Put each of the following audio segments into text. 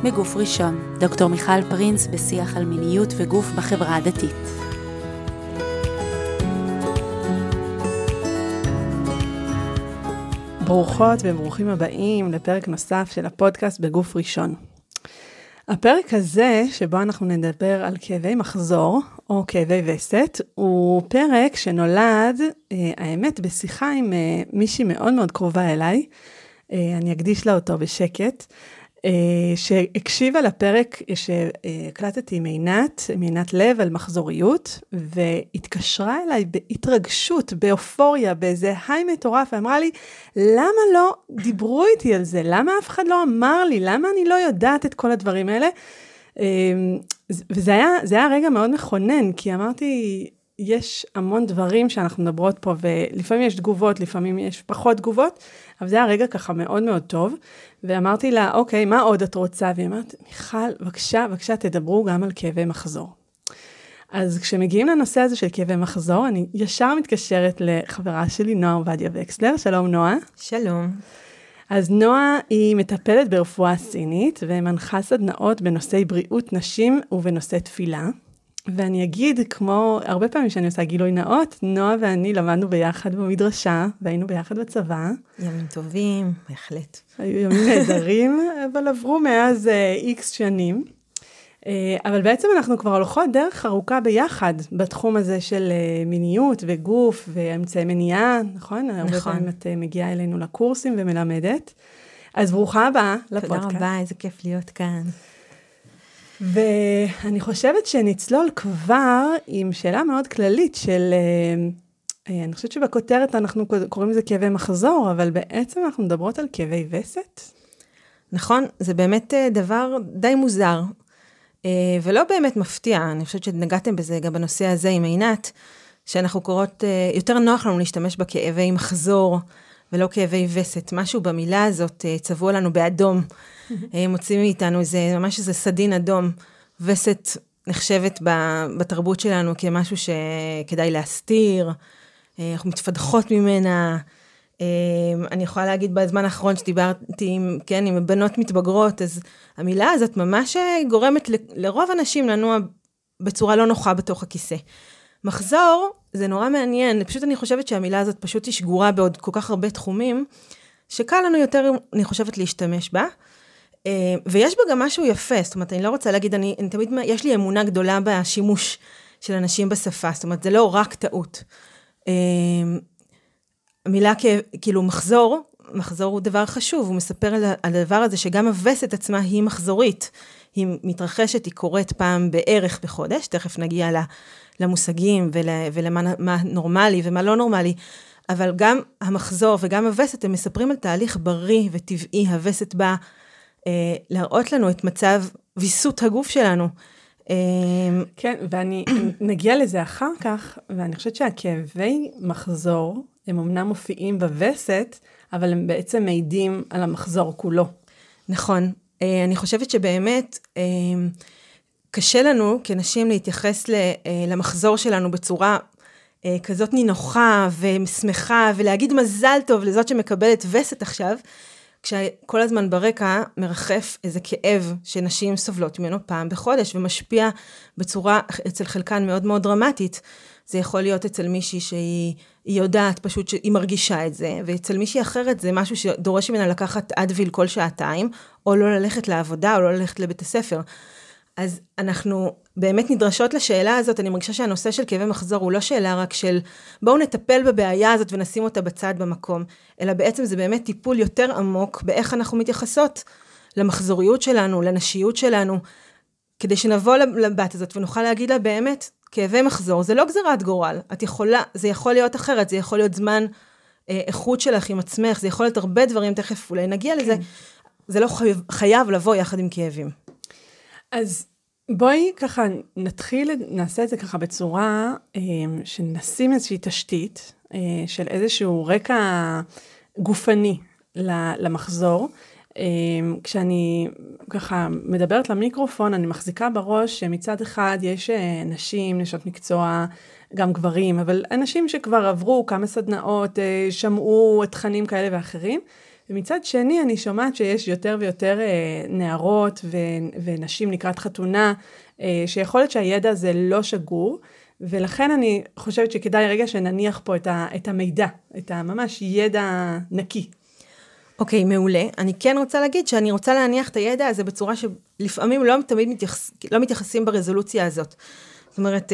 בגוף ראשון, דוקטור מיכל פרינס בשיח על מיניות וגוף בחברה הדתית. ברוכות וברוכים הבאים לפרק נוסף של הפודקאסט בגוף ראשון. הפרק הזה, שבו אנחנו נדבר על כאבי מחזור או כאבי וסת, הוא פרק שנולד, האמת, בשיחה עם מישהי מאוד מאוד קרובה אליי, אני אקדיש לה אותו בשקט, שהקשיבה לפרק שהקלטתי עם עינת לב על מחזוריות, והתקשרה אליי בהתרגשות, באופוריה, באיזה היי מטורף, ואמרה לי, למה לא דיברו איתי על זה? למה אף אחד לא אמר לי? למה אני לא יודעת את כל הדברים האלה? וזה היה רגע מאוד מכונן, כי אמרתי, יש המון דברים שאנחנו מדברות פה, ולפעמים יש תגובות, לפעמים יש פחות תגובות, אבל זה היה רגע ככה מאוד מאוד טוב, ואמרתי לה, אוקיי, מה עוד את רוצה? והיא אמרת, מיכל, בבקשה, תדברו גם על כאבי מחזור. אז כשמגיעים לנושא הזה של כאבי מחזור, אני ישר מתקשרת לחברה שלי, נועה עובדיה וקסלר. שלום נועה. שלום. אז נועה היא מטפלת ברפואה סינית, ומנחה סדנאות בנושאי בריאות נשים ובנושא תפילה. ואני אגיד, כמו הרבה פעמים שאני עושה גילוי נאות, נועה ואני למדנו ביחד במדרשה, והיינו ביחד בצבא. ימים טובים, בהחלט. היו ימים נהדרים, אבל עברו מאז איקס שנים. אבל בעצם אנחנו כבר הולכות דרך ארוכה ביחד, בתחום הזה של מיניות וגוף ואמצעי מניעה, נכון? הרבה פעמים את מגיעה אלינו לקורסים ומלמדת. אז ברוכה הבאה לפודקאסט. תודה רבה, איזה כיף להיות כאן. ואני חושבת שנצלול כבר עם שאלה מאוד כללית של, אני חושבת שבכותרת אנחנו קוראים לזה כאבי מחזור, אבל בעצם אנחנו מדברות על כאבי וסת. נכון, זה באמת דבר די מוזר, ולא באמת מפתיע. אני חושבת שנגעתם בזה גם בנושא הזה עם עינת, שאנחנו קוראות, יותר נוח לנו להשתמש בכאבי מחזור, ולא כאבי וסת. משהו במילה הזאת צבוע לנו באדום, מוצאים מאיתנו ממש איזה סדין אדום. וסת נחשבת בתרבות שלנו כמשהו שכדאי להסתיר, אנחנו מתפדחות ממנה. אני יכולה להגיד בזמן האחרון שדיברתי עם בנות מתבגרות, אז המילה הזאת ממש גורמת לרוב אנשים לנוע בצורה לא נוחה בתוך הכיסא. מחזור זה נורא מעניין, פשוט אני חושבת שהמילה הזאת פשוט היא שגורה בעוד כל כך הרבה תחומים, שקל לנו יותר, אני חושבת, להשתמש בה, ויש בה גם משהו יפה, זאת אומרת, אני לא רוצה להגיד, אני תמיד, יש לי אמונה גדולה בשימוש של אנשים בשפה, זאת אומרת, זה לא רק טעות. המילה כאילו מחזור הוא דבר חשוב, הוא מספר על הדבר הזה שגם הווסת עצמה היא מחזורית, היא מתרחשת, היא קורית פעם בערך בחודש, תכף נגיע למושגים ולמה נורמלי ומה לא נורמלי, אבל גם המחזור וגם הווסת, הם מספרים על תהליך בריא וטבעי, הווסת בא להראות לנו את מצב ויסות הגוף שלנו. כן, ואני נגיע לזה אחר כך, ואני חושבת שהכאבי מחזור, הם אמנם מופיעים בווסת, אבל הם בעצם מעידים על המחזור כולו. נכון. אני חושבת שבאמת קשה לנו כנשים להתייחס למחזור שלנו בצורה כזאת נינוחה ושמחה, ולהגיד מזל טוב לזאת שמקבלת וסת עכשיו, כשכל הזמן ברקע מרחף איזה כאב שנשים סובלות ממנו פעם בחודש, ומשפיע בצורה אצל חלקן מאוד מאוד דרמטית. זה יכול להיות אצל מישהי שהיא יודעת פשוט שהיא מרגישה את זה, ואצל מישהי אחרת זה משהו שדורש ממנה לקחת אדוויל כל שעתיים, או לא ללכת לעבודה, או לא ללכת לבית הספר. אז אנחנו באמת נדרשות לשאלה הזאת, אני מרגישה שהנושא של כאבי מחזור הוא לא שאלה רק של בואו נטפל בבעיה הזאת ונשים אותה בצד במקום, אלא בעצם זה באמת טיפול יותר עמוק באיך אנחנו מתייחסות למחזוריות שלנו, לנשיות שלנו, כדי שנבוא לבת הזאת ונוכל להגיד לה באמת, כאבי מחזור זה לא גזירת גורל, זה יכול להיות אחרת, זה יכול להיות זמן איכות שלך עם עצמך, זה יכול להיות הרבה דברים, תכף אולי נגיע לזה, זה לא חייב לבוא יחד עם כאבים. אז בואי ככה נעשה את זה ככה בצורה שנשים איזושהי תשתית של איזשהו רקע גופני למחזור. כשאני ככה מדברת למיקרופון, אני מחזיקה בראש שמצד אחד יש נשים, נשות מקצוע, גם גברים, אבל אנשים שכבר עברו כמה סדנאות, שמעו תכנים כאלה ואחרים, ומצד שני אני שומעת שיש יותר ויותר נערות ונשים לקראת חתונה, שיכול להיות שהידע הזה לא שגור, ולכן אני חושבת שכדאי רגע שנניח פה את המידע, את ממש ידע נקי. אוקיי, מעולה. אני כן רוצה להגיד שאני רוצה להניח את הידע הזה בצורה שלפעמים לא תמיד לא מתייחסים ברזולוציה הזאת. זאת אומרת,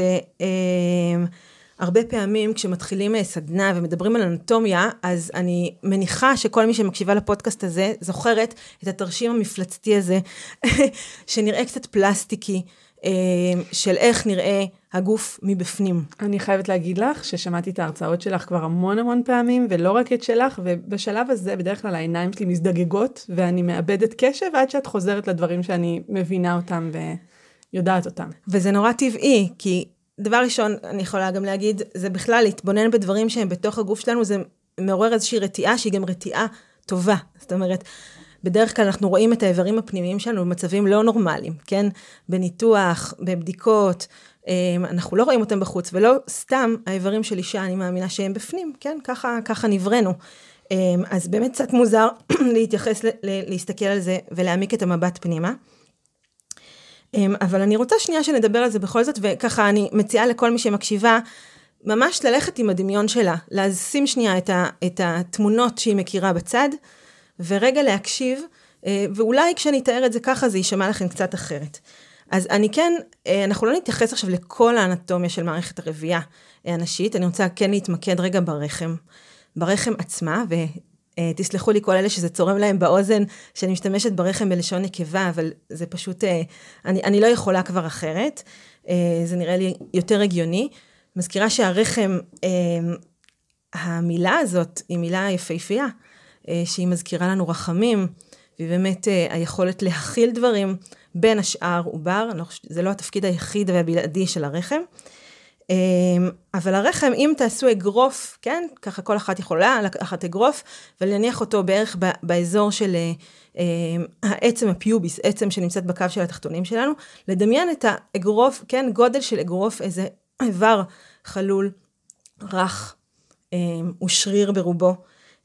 הרבה פעמים כשמתחילים סדנה ומדברים על אנטומיה, אז אני מניחה שכל מי שמקשיבה לפודקאסט הזה זוכרת את התרשים המפלצתי הזה, שנראה קצת פלסטיקי, של איך נראה הגוף מבפנים. אני חייבת להגיד לך ששמעתי את ההרצאות שלך כבר המון פעמים, ולא רק את שלך, ובשלב הזה בדרך כלל העיניים שלי מזדגגות, ואני מאבדת קשב עד שאת חוזרת לדברים שאני מבינה אותם ויודעת אותם. וזה נורא טבעי, כי דבר ראשון, אני יכולה גם להגיד, זה בכלל להתבונן בדברים שהם בתוך הגוף שלנו, זה מעורר איזושהי רתיעה, שהיא גם רתיעה טובה. זאת אומרת, בדרך כלל אנחנו רואים את האיברים הפנימיים שלנו במצבים לא נורמליים, כן? בניתוח, בבדיקות, אנחנו לא רואים אותם בחוץ, ולא סתם האיברים של אישה, אני מאמינה שהם בפנים, כן? ככה נברנו. אז באמת קצת מוזר להתייחס, להסתכל על זה ולהעמיק את המבט פנימה. אבל אני רוצה שנייה שנדבר על זה בכל זאת, וככה אני מציעה לכל מי שמקשיבה, ממש ללכת עם הדמיון שלה, לשים שנייה את התמונות שהיא מכירה בצד, ורגע להקשיב, ואולי כשאני אתאר את זה ככה, זה יישמע לכם קצת אחרת. אז אני כן, אנחנו לא נתייחס עכשיו לכל האנטומיה של מערכת הרבייה הנשית, אני רוצה כן להתמקד רגע ברחם עצמה, ותסלחו לי כל אלה שזה צורם להם באוזן, שאני משתמשת ברחם בלשון נקבה, אבל זה פשוט, אני לא יכולה כבר אחרת, זה נראה לי יותר הגיוני. מזכירה שהרחם, המילה הזאת היא מילה יפהפייה, שהיא מזכירה לנו רחמים, והיא באמת היכולת להכיל דברים בין השאר עובר, זה לא התפקיד היחיד והבלעדי של הרחם, אבל הרחם, אם תעשו אגרוף, כן, ככה כל אחת יכולה לקחת אגרוף, ולהניח אותו בערך באזור של העצם הפיוביס, עצם שנמצאת בקו של התחתונים שלנו, לדמיין את האגרוף, כן, גודל של אגרוף, איזה איבר חלול, רך, ושריר ברובו,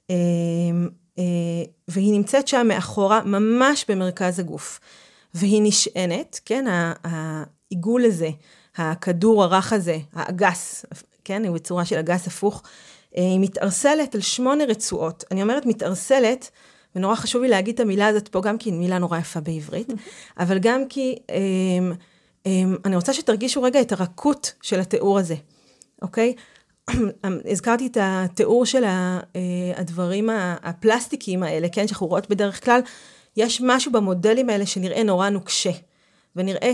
והיא נמצאת שם מאחורה, ממש במרכז הגוף, והיא נשענת, כן, העיגול הזה, הכדור הרך הזה, האגס, כן, הוא בצורה של אגס הפוך, היא מתארסלת על 8 רצועות. אני אומרת מתארסלת, ונורא חשוב לי להגיד את המילה הזאת פה, גם כי היא מילה נורא יפה בעברית, אבל גם כי אני רוצה שתרגישו רגע את הרכות של התיאור הזה, אוקיי? הזכרתי את התיאור של הדברים הפלסטיקיים האלה, כן, שאנחנו רואות בדרך כלל, יש משהו במודלים האלה שנראה נורא נוקשה, ונראה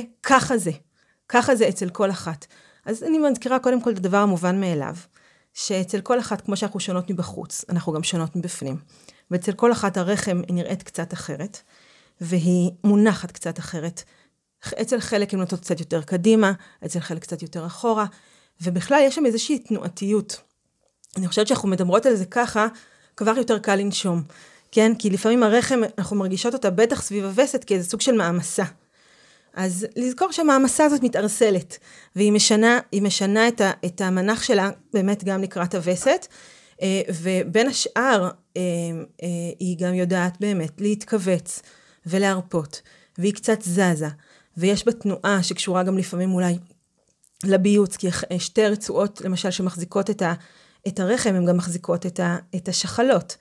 ככה זה אצל כל אחת. אז אני מזכירה קודם כל את הדבר המובן מאליו, שאצל כל אחת, כמו שאנחנו שונות מבחוץ, אנחנו גם שונות מבפנים, ואצל כל אחת הרחם היא נראית קצת אחרת, והיא מונחת קצת אחרת. אצל חלק הן נוטות קצת יותר קדימה, אצל חלק קצת יותר אחורה, ובכלל יש שם איזושהי תנועתיות. אני חושבת שאנחנו מדברות על זה ככה, כבר יותר קל לנשום, כן? כי לפעמים הרחם, אנחנו מרגישות אותה בטח סביב הווסת, כאיזה סוג של מעמסה. אז לזכור שהמעמסה הזאת מתארסלת, והיא משנה את המנח שלה, באמת גם לקראת הווסת, ובין השאר, היא גם יודעת באמת להתכווץ ולהרפות, והיא קצת זזה, ויש בה תנועה שקשורה גם לפעמים אולי לביוץ, כי שתי רצועות, למשל, שמחזיקות את הרחם, הן גם מחזיקות את השחלות.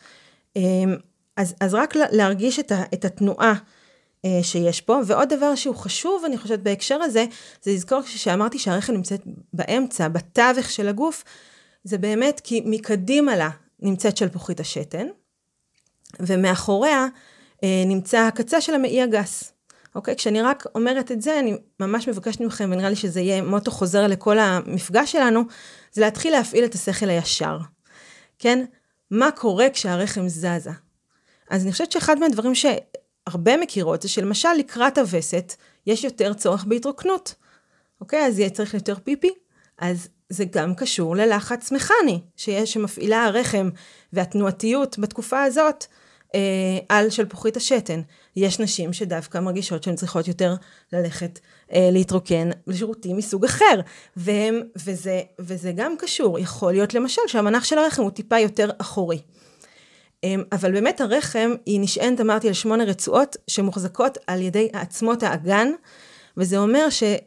אז רק להרגיש את התנועה שיש פה, ועוד דבר שהוא חשוב, אני חושבת בהקשר הזה, זה לזכור שאמרתי שהרחם נמצאת באמצע, בתווך של הגוף, זה באמת כי מקדימה לה נמצאת שלפוחית השתן, ומאחוריה נמצא הקצה של המעי הגס. אוקיי? כשאני רק אומרת את זה, אני ממש מבקשת מכם, ונראה לי שזה יהיה מוטו חוזר לכל המפגש שלנו, זה להתחיל להפעיל את השכל הישר. כן? מה קורה כשהרחם זזה? אז אני חושבת שאחד מהדברים שהרבה מכירות, זה שלמשל לקראת הווסת, יש יותר צורך בהתרוקנות. אוקיי? אז יהיה צריך יותר פיפי, אז זה גם קשור ללחץ מכני, שמפעילה הרחם והתנועתיות בתקופה הזאת, על שלפוחית השתן. יש נשים שדווקא מרגישות שהן צריכות יותר ללכת להתרוקן לשירותים מסוג אחר, וזה גם קשור. יכול להיות למשל שהמנח של הרחם הוא טיפה יותר אחורי. אבל באמת הרחם היא נשענת, אמרתי, על 8 רצועות שמוחזקות על ידי עצמות האגן, וזה אומר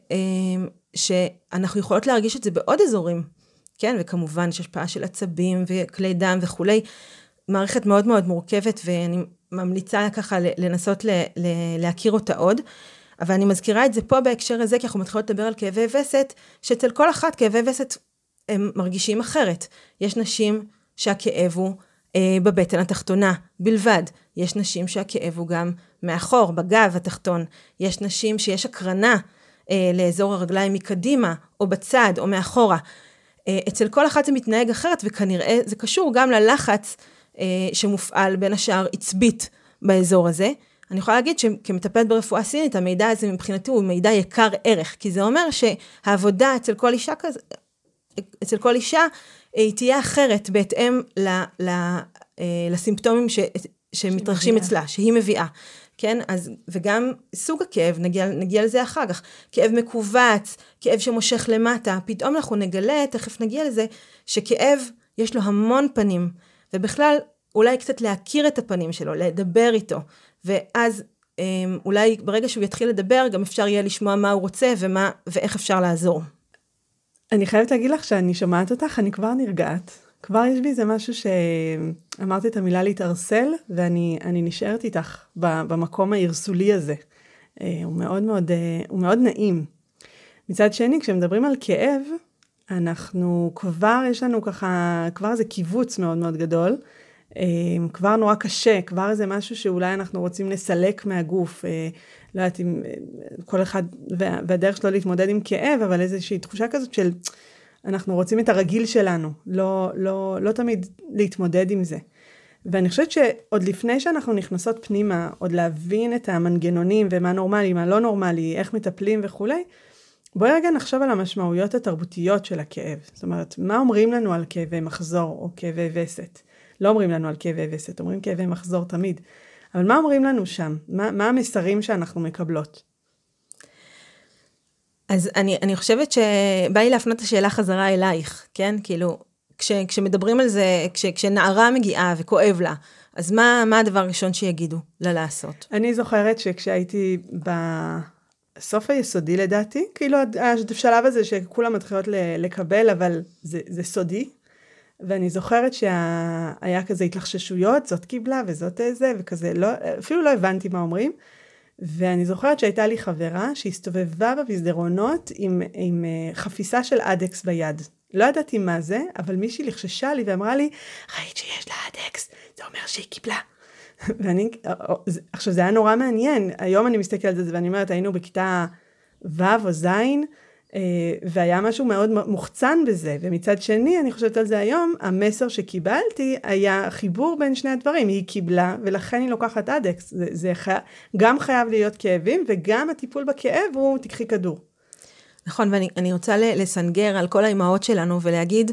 שאנחנו יכולות להרגיש את זה בעוד אזורים, כן? וכמובן יש השפעה של עצבים וכלי דם וכולי, מערכת מאוד מאוד מורכבת, ואני ממליצה ככה לנסות להכיר אותה עוד, אבל אני מזכירה את זה פה בהקשר הזה, כי אנחנו מתחילות לדבר על כאבי וסת, שאצל כל אחת כאבי וסת הם מרגישים אחרת. יש נשים שהכאב הוא בבטן התחתונה בלבד. יש נשים שהכאב הוא גם מאחור, בגב התחתון. יש נשים שיש הקרנה לאזור הרגליים מקדימה, או בצד, או מאחורה. אצל כל אחת זה מתנהג אחרת, וכנראה זה קשור גם ללחץ שמופעל בין השאר עצבית באזור הזה. אני יכולה להגיד שכמטפלת ברפואה סינית, המידע הזה מבחינתי הוא מידע יקר ערך, כי זה אומר שהעבודה אצל כל אישה היא תהיה אחרת בהתאם לסימפטומים שמתרחשים אצלה, שהיא מביאה. כן? אז, וגם סוג הכאב, נגיע לזה אחר כך, כאב מקובץ, כאב שמושך למטה, פתאום אנחנו נגלה, תכף נגיע לזה, שכאב יש לו המון פנים, ובכלל אולי קצת להכיר את הפנים שלו, לדבר איתו, ואז אולי ברגע שהוא יתחיל לדבר, גם אפשר יהיה לשמוע מה הוא רוצה, ואיך אפשר לעזור. אני חייבת להגיד לך שאני שומעת אותך, אני כבר נרגעת. כבר יש בי זה משהו שאמרתי את המילה להתארסל, ואני נשארת איתך במקום ההרסולי הזה. הוא מאוד נעים. מצד שני, כשמדברים על כאב, אנחנו כבר, יש לנו ככה, כבר איזה קיבוץ מאוד מאוד גדול, כבר נורא קשה, כבר איזה משהו שאולי אנחנו רוצים לסלק מהגוף, לא יודעת אם כל אחד והדרך שלו להתמודד עם כאב, אבל איזושהי תחושה כזאת של אנחנו רוצים את הרגיל שלנו, לא תמיד להתמודד עם זה. ואני חושבת שעוד לפני שאנחנו נכנסות פנימה, עוד להבין את המנגנונים ומה נורמלי, מה לא נורמלי, איך מטפלים וכו', בואי רגע נחשוב על המשמעויות התרבותיות של הכאב. זאת אומרת, מה אומרים לנו על כאבי מחזור או כאבי וסת? לא אומרים לנו על כאבי וסת, אומרים כאבי מחזור תמיד. אבל מה אומרים לנו שם? מה המסרים שאנחנו מקבלות? אז אני חושבת שבא לי להפנות את השאלה חזרה אלייך, כן? כאילו, כשמדברים על זה, כשנערה מגיעה וכואב לה, אז מה הדבר הראשון שיגידו לה לעשות? אני זוכרת שכשהייתי בסוף היסודי לדעתי, כאילו השלב הזה שכולם מתחילות לקבל, אבל זה סודי, ואני זוכרת שהיה כזה התלחששויות, זאת קיבלה וזאת איזה, וכזה, אפילו לא הבנתי מה אומרים, ואני זוכרת שהייתה לי חברה שהסתובבה במסדרונות עם חפיסה של אדקס ביד. לא ידעתי מה זה, אבל מישהי לחששה לי ואמרה לי, ראית שיש לה אדקס, זה אומר שהיא קיבלה. ואני, עכשיו זה היה נורא מעניין, היום אני מסתכלת על זה ואני אומרת, היינו בכיתה ו' או ז', והיה משהו מאוד מוחצן בזה, ומצד שני, אני חושבת על זה היום, המסר שקיבלתי היה חיבור בין שני הדברים, היא קיבלה, ולכן היא לוקחת אדקס, זה גם חייב להיות כאבים, וגם הטיפול בכאב הוא תקחי כדור. נכון, ואני רוצה לסנגר על כל האימהות שלנו, ולהגיד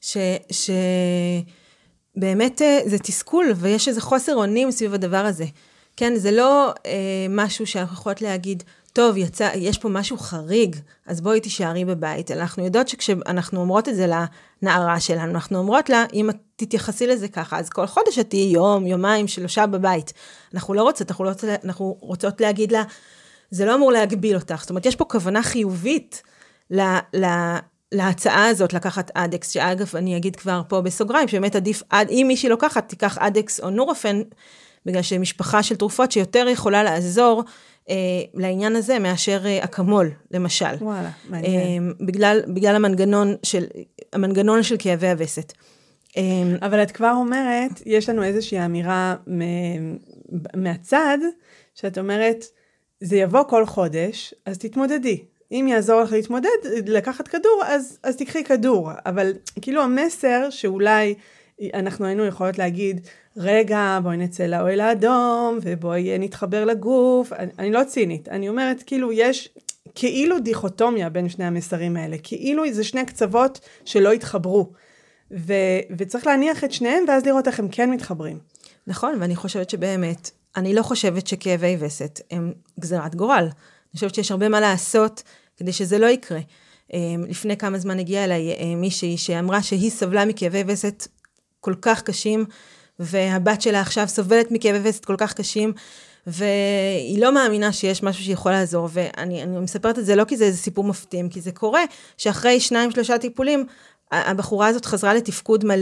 שבאמת זה תסכול, ויש איזה חוסר אונים סביב הדבר הזה. כן, זה לא משהו שאנחנו יכולות להגיד, טוב, יש פה משהו חריג, אז בואי תישארי בבית. אנחנו יודעות שכשאנחנו אומרות את זה לנערה שלנו, אנחנו אומרות לה, אם את תתייחסי לזה ככה, אז כל חודש את תהיי יום, יומיים, 3 בבית. אנחנו לא רוצות, אנחנו רוצות להגיד לה, זה לא אמור להגביל אותך. זאת אומרת, יש פה כוונה חיובית להצעה הזאת לקחת אדקס, שאגב, אני אגיד כבר פה בסוגריים, שבאמת עדיף, אם מישהי לוקחת, תיקח אדקס או נורופן, בגלל שמשפחה של תרופות שיותר יכולה לעזור לעניין הזה מאשר אקמול, למשל. וואלה, מעניין. בגלל המנגנון של כאבי הווסת. אבל את כבר אומרת, יש לנו איזושהי אמירה מהצד, שאת אומרת, זה יבוא כל חודש, אז תתמודדי. אם יעזור לך להתמודד, לקחת כדור, אז תקחי כדור. אבל כאילו המסר שאולי אנחנו היינו יכולות להגיד, רגע, בואי נצא לאוהל האדום, ובואי נתחבר לגוף. אני לא צינית, אני אומרת, כאילו יש כאילו דיכוטומיה בין שני המסרים האלה, כאילו זה שני קצוות שלא התחברו, וצריך להניח את שניהם, ואז לראות איך הם כן מתחברים. נכון, ואני חושבת שבאמת, אני לא חושבת שכאבי וסת הם גזרת גורל. אני חושבת שיש הרבה מה לעשות כדי שזה לא יקרה. לפני כמה זמן הגיעה אליי מישהי שאמרה שהיא סבלה מכאבי וסת כל כך קשים, והבת שלה עכשיו סובלת מכאבי וסת כל כך קשים, והיא לא מאמינה שיש משהו שיכול לעזור, ואני מספרת את זה לא כי זה איזה סיפור מפתיע, כי זה קורה שאחרי 2-3 טיפולים, הבחורה הזאת חזרה לתפקוד מלא,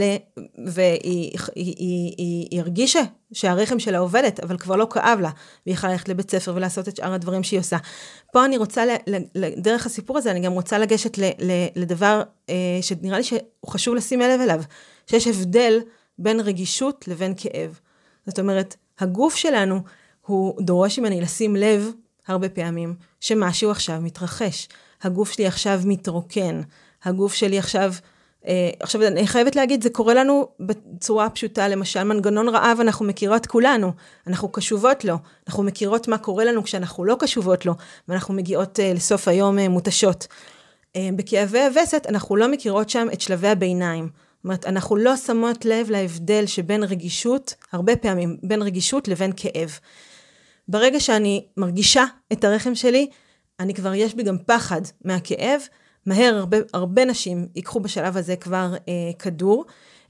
והיא הרגישה שהרחם שלה עובדת, אבל כבר לא כאב לה, והיא יכולה ללכת לבית ספר ולעשות את שאר הדברים שהיא עושה. פה אני רוצה, דרך הסיפור הזה, אני גם רוצה לגשת לדבר שנראה לי שהוא חשוב לשים לב אליו, שיש הבדל בין רגישות לבין כאב. זאת אומרת, הגוף שלנו הוא דורש ממני לשים לב הרבה פעמים, שמשהו עכשיו מתרחש. הגוף שלי עכשיו מתרוקן. הגוף שלי עכשיו אני חייבת להגיד, זה קורה לנו בצורה פשוטה, למשל, מנגנון רעב אנחנו מכירות כולנו, אנחנו קשובות לו, אנחנו מכירות מה קורה לנו כשאנחנו לא קשובות לו, ואנחנו מגיעות לסוף היום מותשות. בכאבי הווסת, אנחנו לא מכירות שם את שלבי הביניים. זאת אומרת, אנחנו לא שמות לב להבדל שבין רגישות, הרבה פעמים, בין רגישות לבין כאב. ברגע שאני מרגישה את הרחם שלי, אני כבר יש בי גם פחד מהכאב, מהר הרבה נשים ייקחו בשלב הזה כבר כדור,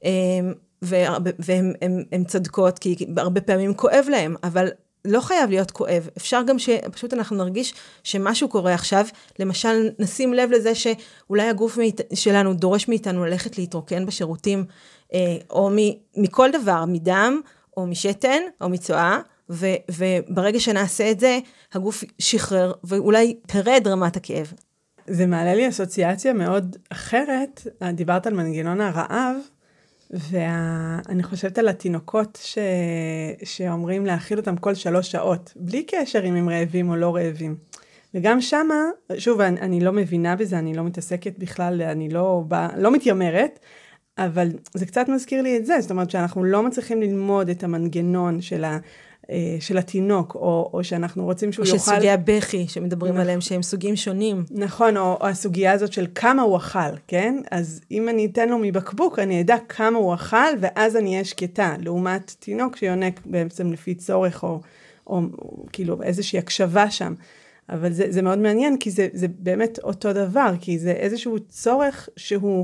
והן צדקות, כי הרבה פעמים כואב להם, אבל לא חייב להיות כואב. אפשר גם שפשוט אנחנו נרגיש שמשהו קורה עכשיו, למשל נשים לב לזה שאולי הגוף שלנו דורש מאיתנו ללכת להתרוקן בשירותים, או מכל דבר, מדם, או משתן, או מצואה, וברגע שנעשה את זה, הגוף שחרר, ואולי תרד רמת הכאב. זה מעלה לי אסוציאציה מאוד אחרת, דיברת על מנגנון הרעב, ואני חושבת על התינוקות שאומרים להאכיל אותם כל 3 שעות, בלי קשר אם הם רעבים או לא רעבים. וגם שמה, שוב, אני לא מבינה בזה, אני לא מתעסקת בכלל, אני לא מתיימרת, אבל זה קצת מזכיר לי את זה, זאת אומרת שאנחנו לא מצליחים ללמוד את המנגנון של התינוק, או שאנחנו רוצים שהוא יאכל... או שסוגי הבכי שמדברים עליהם, שהם סוגים שונים. נכון, או הסוגיה הזאת של כמה הוא אכל, כן? אז אם אני אתן לו מבקבוק, אני אדע כמה הוא אכל, ואז אני אהיה שקטה, לעומת תינוק שיונק בעצם לפי צורך, או כאילו איזושהי הקשבה שם. אבל זה מאוד מעניין, כי זה באמת אותו דבר, כי זה איזשהו צורך שהוא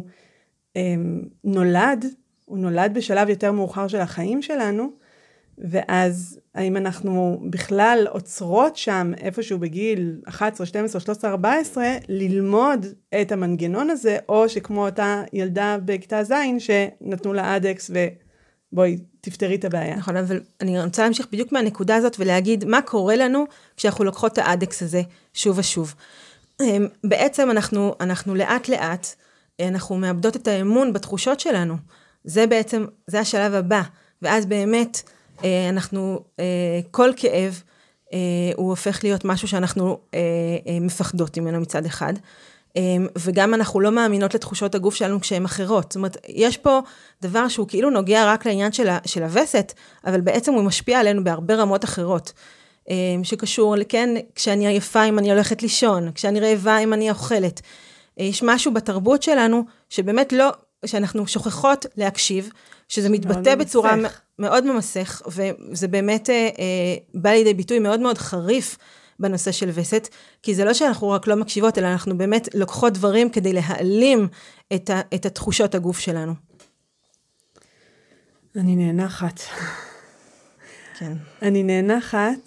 נולד, הוא נולד בשלב יותר מאוחר של החיים שלנו, ואז האם אנחנו בכלל עוצרות שם איפשהו בגיל 11, 12, 13, 14, ללמוד את המנגנון הזה, או שכמו אותה ילדה בכיתה זין שנתנו לה אדקס ובואי תפתרי את הבעיה. נכון, אבל אני רוצה להמשיך בדיוק מהנקודה הזאת ולהגיד מה קורה לנו כשאנחנו לוקחות את האדקס הזה שוב ושוב. בעצם אנחנו לאט לאט, אנחנו מאבדות את האמון בתחושות שלנו. זה בעצם, זה השלב הבא. ואז באמת כל כאב הוא הופך להיות משהו שאנחנו מפחדות ממנו מצד אחד. וגם אנחנו לא מאמינות לתחושות הגוף שלנו כשהן אחרות. זאת אומרת, יש פה דבר שהוא כאילו נוגע רק לעניין של הווסת, אבל בעצם הוא משפיע עלינו בהרבה רמות אחרות. שקשור, כן, כשאני עייפה אם אני הולכת לישון, כשאני רעבה אם אני אוכלת. יש משהו בתרבות שלנו שבאמת לא, שאנחנו שוכחות להקשיב, שזה מתבטא בצורה מאוד ממסך, וזה באמת בא לידי ביטוי מאוד מאוד חריף בנושא של וסת, כי זה לא שאנחנו רק לא מקשיבות, אלא אנחנו באמת לוקחות דברים כדי להעלים את התחושות הגוף שלנו. אני נאנחת. כן. אני נאנחת.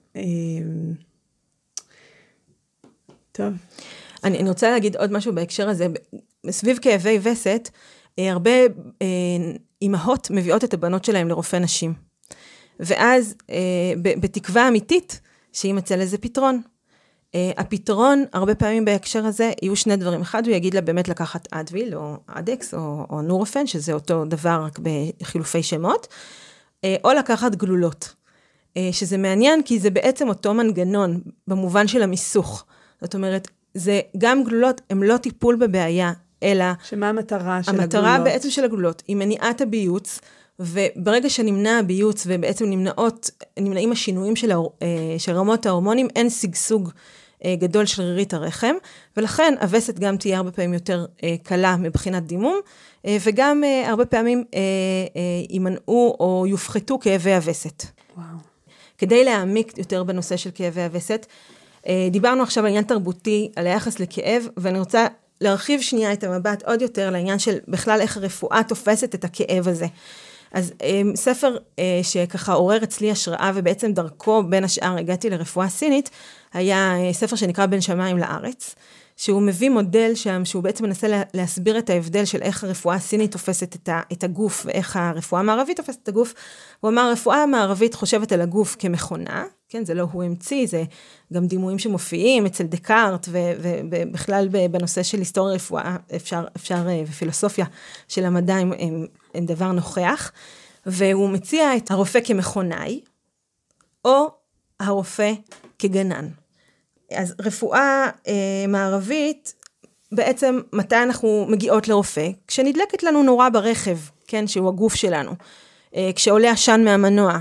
טוב. אני רוצה להגיד עוד משהו בהקשר הזה, סביב כאבי וסת, הרבה אימהות מביאות את הבנות שלהם לרופא נשים. ואז בתקווה אמיתית שימצא לזה פתרון. הפתרון הרבה פעמים בהקשר הזה יהיו 2 דברים. אחד, הוא יגיד לה באמת לקחת אדוויל או אדקס או נורופן, שזה אותו דבר רק בחילופי שמות, או לקחת גלולות. שזה מעניין כי זה בעצם אותו מנגנון במובן של המיסוך. זאת אומרת, זה גם גלולות, הם לא טיפול בבעיה, אלא... שמה המטרה של הגלולות? המטרה בעצם של הגלולות היא מניעת הביוץ, וברגע שנמנע הביוץ ובעצם נמנעים השינויים של רמות ההורמונים, אין סגסוג גדול של רירית הרחם, ולכן הווסת גם תהיה הרבה פעמים יותר קלה מבחינת דימום, וגם הרבה פעמים יימנעו או יופחתו כאבי הווסת. וואו. כדי להעמיק יותר בנושא של כאבי הווסת, דיברנו עכשיו על עניין תרבותי, על היחס לכאב, ואני רוצה להרחיב שנייה את המבט עוד יותר לעניין של בכלל איך הרפואה תופסת את הכאב הזה. אז ספר שככה עורר אצלי השראה, ובעצם דרכו בין השאר הגעתי לרפואה סינית, היה ספר שנקרא בין שמיים לארץ, שהוא מביא מודל שם, שהוא בעצם מנסה להסביר את ההבדל של איך הרפואה הסינית תופסת את הגוף, ואיך הרפואה המערבית תופסת את הגוף. הוא אמר, הרפואה המערבית חושבת על הגוף כמכונה, כן, זה לא הוא המציא, זה גם דימויים שמופיעים אצל דקארט, ובכלל בנושא של היסטוריה רפואה, אפשר ופילוסופיה של המדע הם דבר נוכח, והוא מציע את הרופא כמכונאי, או הרופא כגנן. אז רפואה מערבית, בעצם מתי אנחנו מגיעות לרופא? כשנדלקת לנו נורה ברכב, כן, שהוא הגוף שלנו, כשעולה עשן מהמנוע,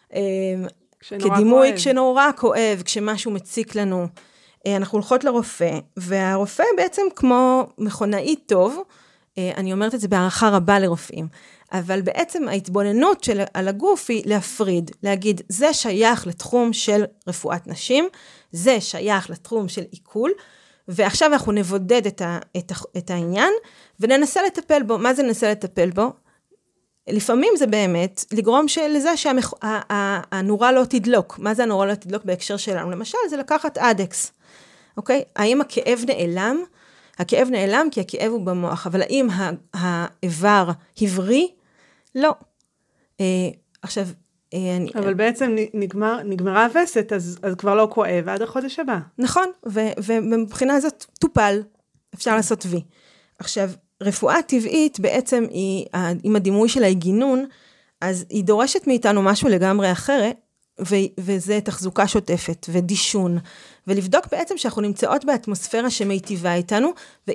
כדימוי, כשנורא כואב, כשמשהו מציק לנו, אנחנו הולכות לרופא, והרופא בעצם כמו מכונאי טוב, אני אומרת את זה בהערכה רבה לרופאים, אבל בעצם ההתבוננות על הגוף היא להפריד, להגיד, זה שייך לתחום של רפואת נשים, זה שייך לתחום של עיכול, ועכשיו אנחנו נבודד את העניין, וננסה לטפל בו. מה זה ננסה לטפל בו? לפעמים זה באמת לגרום לזה שהנורה לא תדלוק. מה זה הנורה לא תדלוק בהקשר שלנו? למשל, זה לקחת אדקס. אוקיי? האם הכאב נעלם? הכאב נעלם כי הכאב הוא במוח, אבל האם האיבר הבריא? לא. עכשיו, אבל בעצם נגמרה הווסת, אז כבר לא כואב עד החודש הבא. נכון, ומבחינה הזאת טופל, אפשר לעשות וי. עכשיו, רפואה טבעית בעצם היא, עם הדימוי של ההגינון, אז היא דורשת מאיתנו משהו לגמרי אחרת, וזה תחזוקה שוטפת ודישון, ולבדוק בעצם שאנחנו נמצאות באטמוספירה שמיטיבה איתנו,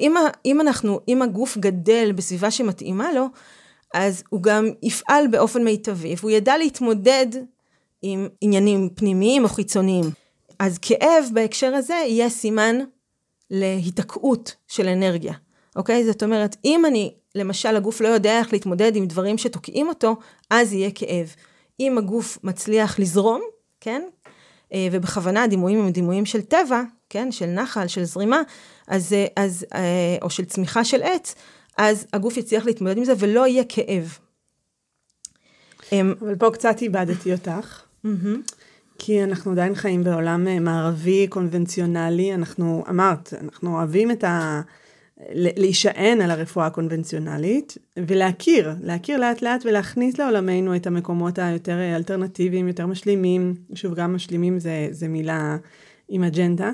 ואם הגוף גדל בסביבה שמתאימה לו, אז הוא גם יפעל באופן מיטבי, והוא ידע להתמודד עם עניינים פנימיים או חיצוניים. אז כאב בהקשר הזה יהיה סימן להתקעות של אנרגיה. אוקיי? זאת אומרת, אם למשל הגוף לא יודע איך להתמודד עם דברים שתוקעים אותו, אז יהיה כאב. אם הגוף מצליח לזרום, כן? ובכוונה הדימויים הם דימויים של טבע, כן? של נחל, של זרימה, או של צמיחה של עץ, אז הגוף יצליח להתמודד עם זה ולא יהיה כאב. אבל פה קצת איבדתי אותך, כי אנחנו עדיין חיים בעולם מערבי, קונבנציונלי, אנחנו אוהבים להישען על הרפואה הקונבנציונלית, ולהכיר לאט לאט ולהכניס לעולמנו את המקומות היותר אלטרנטיביים, יותר משלימים, שוב גם משלימים זה מילה עם אג'נדה.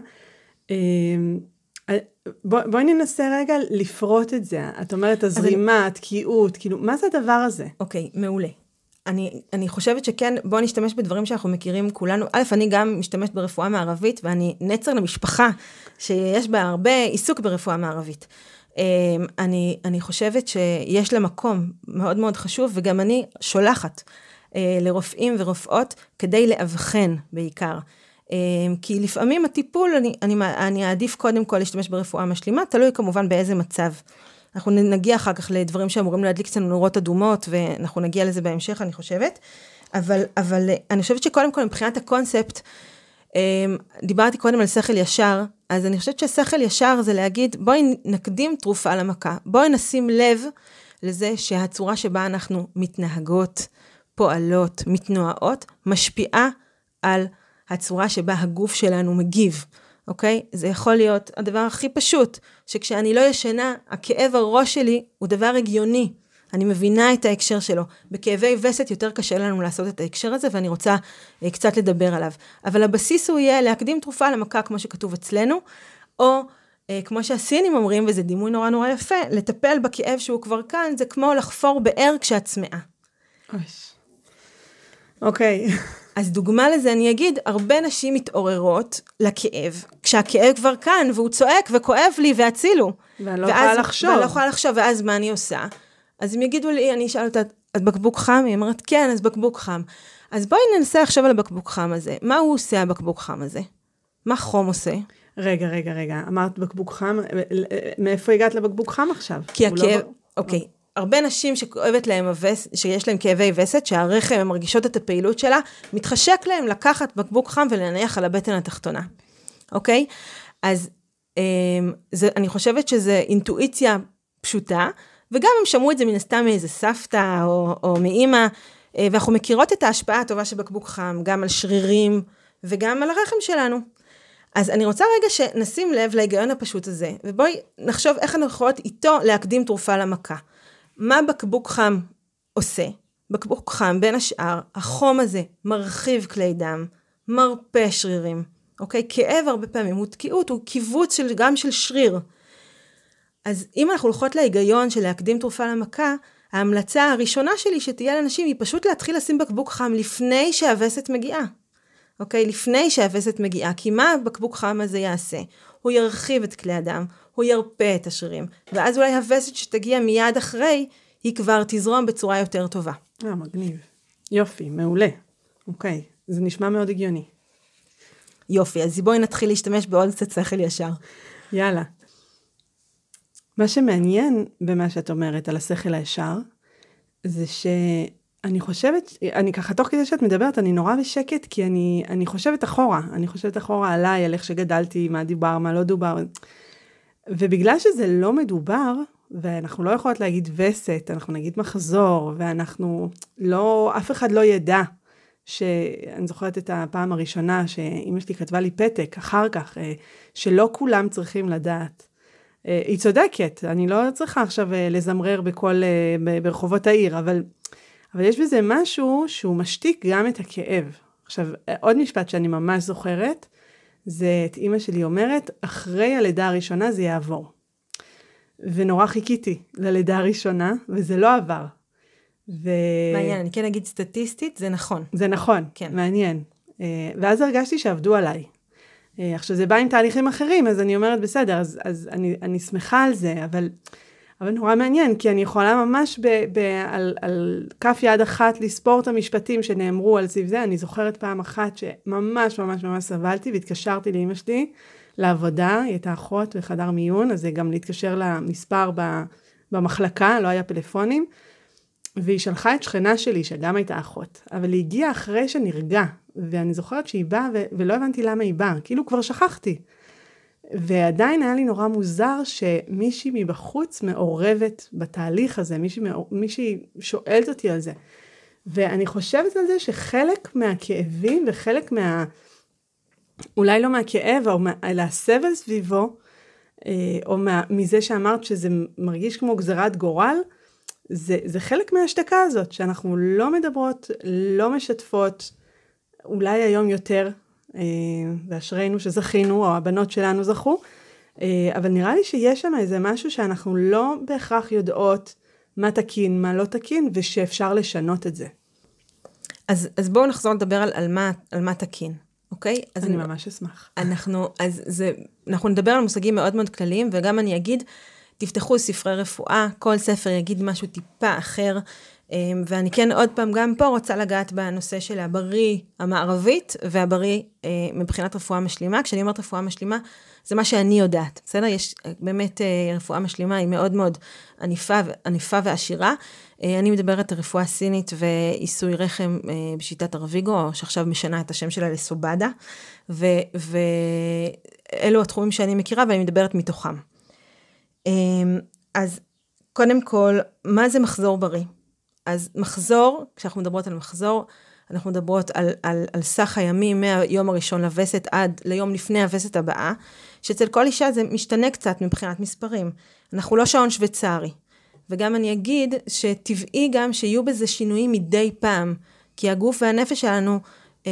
בואי ננסה רגע לפרוט את זה. את אומרת, הזרימה, התקיעות, כאילו, מה זה הדבר הזה? אוקיי, מעולה. אני חושבת שכן, בואו נשתמש בדברים שאנחנו מכירים כולנו. א', אני גם משתמשת ברפואה מערבית, ואני נצר למשפחה שיש בה הרבה עיסוק ברפואה מערבית. אני חושבת שיש לה מקום מאוד מאוד חשוב, וגם אני שולחת לרופאים ורופאות, כדי לאבחן בעיקר. כי לפעמים הטיפול, אני אעדיף קודם כל להשתמש ברפואה משלימה, תלוי כמובן באיזה מצב. אנחנו נגיע אחר כך לדברים שאמורים להדליק קצת נורות אדומות, ואנחנו נגיע לזה בהמשך, אני חושבת. אבל אני חושבת שקודם כל, מבחינת הקונספט, דיברתי קודם על שכל ישר, אז אני חושבת ששכל ישר זה להגיד, בואי נקדים תרופה למכה, בואי נשים לב לזה שהצורה שבה אנחנו מתנהגות, פועלות, מתנועות, משפיעה על הצורה שבה הגוף שלנו מגיב. אוקיי? זה יכול להיות הדבר הכי פשוט, שכשאני לא ישנה, הכאב הראש שלי הוא דבר הגיוני. אני מבינה את ההקשר שלו. בכאבי וסת יותר קשה לנו לעשות את ההקשר הזה, ואני רוצה קצת לדבר עליו. אבל הבסיס הוא יהיה להקדים תרופה למכה, כמו שכתוב אצלנו, או כמו שהסינים אומרים, וזה דימוי נורא נורא יפה, לטפל בכאב שהוא כבר כאן, זה כמו לחפור באר כשאת צמאה. אוקיי. אז דוגמה לזה אני אגיד, הרבה נשים מתעוררות לכאב, כשהכאב כבר כאן, והוא צועק וכואב לי והצילו. ואני לא יכולה לחשוב. ואני לא יכולה לחשוב, ואז מה אני עושה? אז הם יגידו לי, אני אשאל אותה, את בקבוק חם? היא אמרת, כן, אז בקבוק חם. אז בואי ננסה עכשיו על הבקבוק חם הזה. מה הוא עושה הבקבוק חם הזה? מה חום עושה? רגע. אמרת בקבוק חם, מאיפה הגעת לבקבוק חם עכשיו? כי הכאב, אוקיי. הרבה נשים שיש להם כאבי וסת, שהרחם, הן מרגישות את הפעילות שלה, מתחשק להם לקחת בקבוק חם ולהניח על הבטן התחתונה. אוקיי? אז אני חושבת שזה אינטואיציה פשוטה, וגם הם שמעו את זה מן הסתם מאיזה סבתא או מאמא, ואנחנו מכירות את ההשפעה הטובה של בקבוק חם, גם על שרירים וגם על הרחם שלנו. אז אני רוצה רגע שנשים לב להיגיון הפשוט הזה, ובואי נחשוב איך אנחנו יכולות איתו להקדים תרופה למכה. מה בקבוק חם עושה? בקבוק חם, בין השאר, החום הזה מרחיב כלי דם, מרפא שרירים, אוקיי? כאב הרבה פעמים, הוא תקיעות, הוא קיבוץ גם של שריר. אז אם אנחנו הולכות להיגיון של להקדים תרופה למכה, ההמלצה הראשונה שלי שתהיה לאנשים היא פשוט להתחיל לשים בקבוק חם לפני שהווסת מגיעה. אוקיי? לפני שהווסת מגיעה, כי מה הבקבוק חם הזה יעשה? הוא ירחיב את כלי הדם, הוא ירפא את השרירים, ואז אולי הווסת שתגיע מיד אחרי, היא כבר תזרום בצורה יותר טובה. מגניב. יופי, מעולה. אוקיי, זה נשמע מאוד הגיוני. יופי, אז בואי נתחיל להשתמש בעוד קצת שכל ישר. יאללה. מה שמעניין במה שאת אומרת על השכל הישר, זה שאני חושבת, אני ככה תוך כדי שאת מדברת, אני נורא בשקט, כי אני חושבת אחורה. אני חושבת אחורה עליי, על איך שגדלתי, מה דיבר, מה לא דובר. ובגלל שזה לא מדובר, ואנחנו לא יכולות להגיד וסת, אנחנו נגיד מחזור, ואנחנו לא, אף אחד לא ידע, שאני זוכרת את הפעם הראשונה, שאמא שלי כתבה לי פתק, אחר כך, שלא כולם צריכים לדעת. היא צודקת, אני לא צריכה עכשיו לזמרר ברחובות העיר, אבל יש בזה משהו שהוא משתיק גם את הכאב. עכשיו, עוד משפט שאני ממש זוכרת, זה את אמא שלי אומרת, אחרי הלידה הראשונה זה יעבור. ונורא חיכיתי ללידה הראשונה, וזה לא עבר. מעניין, אני כן אגיד סטטיסטית, זה נכון. זה נכון, כן. מעניין. ואז הרגשתי שעבדו עליי. עכשיו זה בא עם תהליכים אחרים, אז אני אומרת בסדר, אז אני שמחה על זה, אבל נורא מעניין, כי אני יכולה ממש על כף יד אחת לספור את המשפטים שנאמרו על סביב זה. אני זוכרת פעם אחת שממש ממש ממש סבלתי, והתקשרתי לאמא שלי לעבודה, היא הייתה אחות בחדר מיון, אז זה גם להתקשר למספר במחלקה, לא היה פלאפונים, והיא שלחה את שכנה שלי, שגם הייתה אחות, אבל היא הגיעה אחרי שנרגע, ואני זוכרת שהיא באה, ולא הבנתי למה היא באה, כאילו כבר שכחתי. ועדיין היה לי נורא מוזר, שמישהי מבחוץ מעורבת בתהליך הזה, מישהי שואלת אותי על זה. ואני חושבת על זה שחלק מהכאבים, וחלק אולי לא מהכאב, אלא הסבל סביבו, או מזה שאמרת שזה מרגיש כמו גזרת גורל, זה חלק מההשתקה הזאת, שאנחנו לא מדברות, לא משתפות, אולי היום יותר, ואשרינו שזכינו, או הבנות שלנו זכו, אבל נראה לי שיש שם איזה משהו שאנחנו לא בהכרח יודעות מה תקין, מה לא תקין, ושאפשר לשנות את זה. אז בואו נחזור לדבר על מה תקין, אוקיי? אני ממש אשמח. אנחנו נדבר על מושגים מאוד מאוד כלליים, וגם אני אגיד, תפתחו ספרי רפואה, כל ספר יגיד משהו טיפה אחר, ואני כן עוד פעם גם פה רוצה לגעת בנושא של הבריא המערבית, והבריא מבחינת רפואה משלימה. כשאני אומרת רפואה משלימה, זה מה שאני יודעת, בסדר? יש באמת רפואה משלימה, היא מאוד מאוד עניפה ועשירה. אני מדברת על רפואה סינית ועיסוי רחם בשיטת הרוויגו, שעכשיו משנה את השם שלה לסובדה, ואלו התחומים שאני מכירה, ואני מדברת מתוכם. אז קודם כל, מה זה מחזור בריא? אז מחזור, כשאנחנו מדברות על מחזור, אנחנו מדברות על סך הימים מהיום הראשון לווסת עד ליום לפני הווסת הבאה, שאצל כל אישה זה משתנה קצת מבחינת מספרים. אנחנו לא שעון שוויצרי. וגם אני אגיד שטבעי גם שיהיו בזה שינויים מדי פעם, כי הגוף והנפש שלנו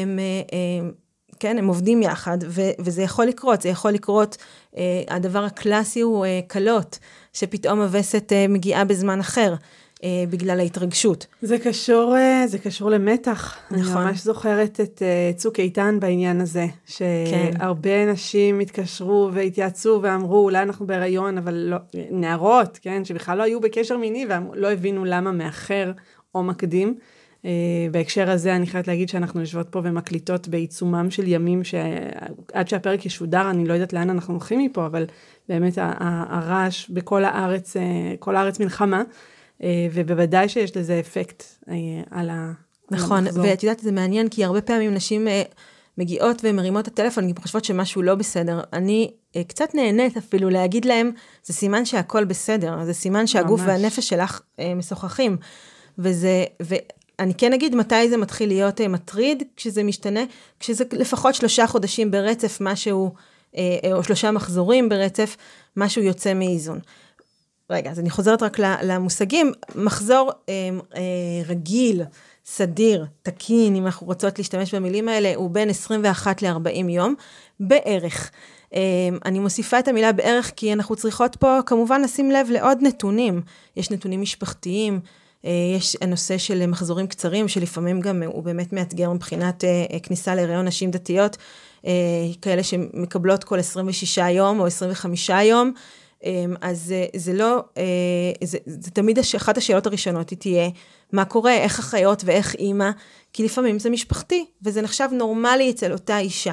הם עובדים יחד, וזה יכול לקרות. זה יכול לקרות, הדבר הקלאסי הוא קלות, שפתאום הווסת מגיעה בזמן אחר. בגלל ההתרגשות. זה קשור למתח. נכון. אני ממש זוכרת את צוק איתן בעניין הזה, שהרבה נשים התקשרו והתייעצו ואמרו, אולי אנחנו בהיריון, אבל לא, נערות, כן, שבכלל לא היו בקשר מיני, ולא הבינו למה מאחר או מקדים. בהקשר הזה אני חייבת להגיד שאנחנו יושבות פה ומקליטות בעיצומם של ימים, שעד שהפרק ישודר, אני לא יודעת לאן אנחנו הולכים מפה, אבל באמת הרעש בכל הארץ, כל הארץ מלחמה, ובוודאי שיש לזה אפקט על המחזור. נכון, ואת יודעת, זה מעניין, כי הרבה פעמים נשים מגיעות ומרימות את הטלפון, אני חושבת שמשהו לא בסדר. אני קצת נהנית אפילו להגיד להם, זה סימן שהכל בסדר, זה סימן שהגוף והנפש שלך משוחחים. ואני כן אגיד מתי זה מתחיל להיות מטריד, כשזה משתנה, כשזה לפחות 3 חודשים ברצף, משהו, או 3 מחזורים ברצף, משהו יוצא מאיזון. רגע, אז אני חוזרת רק למושגים, מחזור רגיל, סדיר, תקין, אם אנחנו רוצות להשתמש במילים האלה, הוא בין 21 ל-40 יום, בערך. אני מוסיפה את המילה בערך, כי אנחנו צריכות פה כמובן לשים לב לעוד נתונים, יש נתונים משפחתיים, יש הנושא של מחזורים קצרים, שלפעמים גם הוא באמת מאתגר מבחינת כניסה להיריון נשים דתיות, כאלה שמקבלות כל 26 יום או 25 יום, אז זה לא, זה תמיד אחת השאלות הראשונות היא תהיה, מה קורה, איך החיות ואיך אימא, כי לפעמים זה משפחתי, וזה נחשב נורמלי אצל אותה אישה.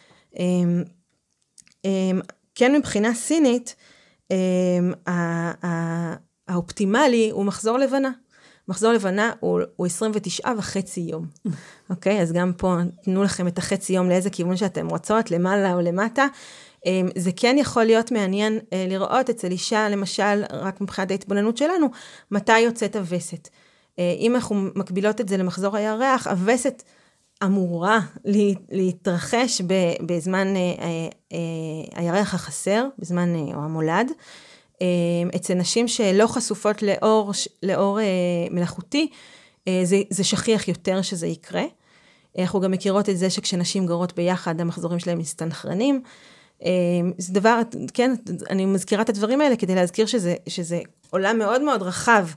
כן, מבחינה סינית, האופטימלי הוא מחזור לבנה. מחזור לבנה הוא 29.5 יום. אוקיי? אז גם פה תנו לכם את החצי יום לאיזה כיוון שאתם רוצות, למעלה או למטה. זה כן יכול להיות מעניין לראות אצל אישה, למשל, רק מבחינת ההתבוננות שלנו, מתי יוצאת הווסת. אם אנחנו מקבילות את זה למחזור הירח, הווסת אמורה להתרחש בזמן הירח החסר, בזמן או המולד, אצל נשים שלא חשופות לאור מלאכותי, זה שכיח יותר שזה יקרה. אנחנו גם מכירות את זה שכשנשים גרות ביחד, המחזורים שלהם מסתנכרנים. זה דבר, כן, אני מזכירה את הדברים האלה כדי להזכיר שזה עולם מאוד מאוד רחב,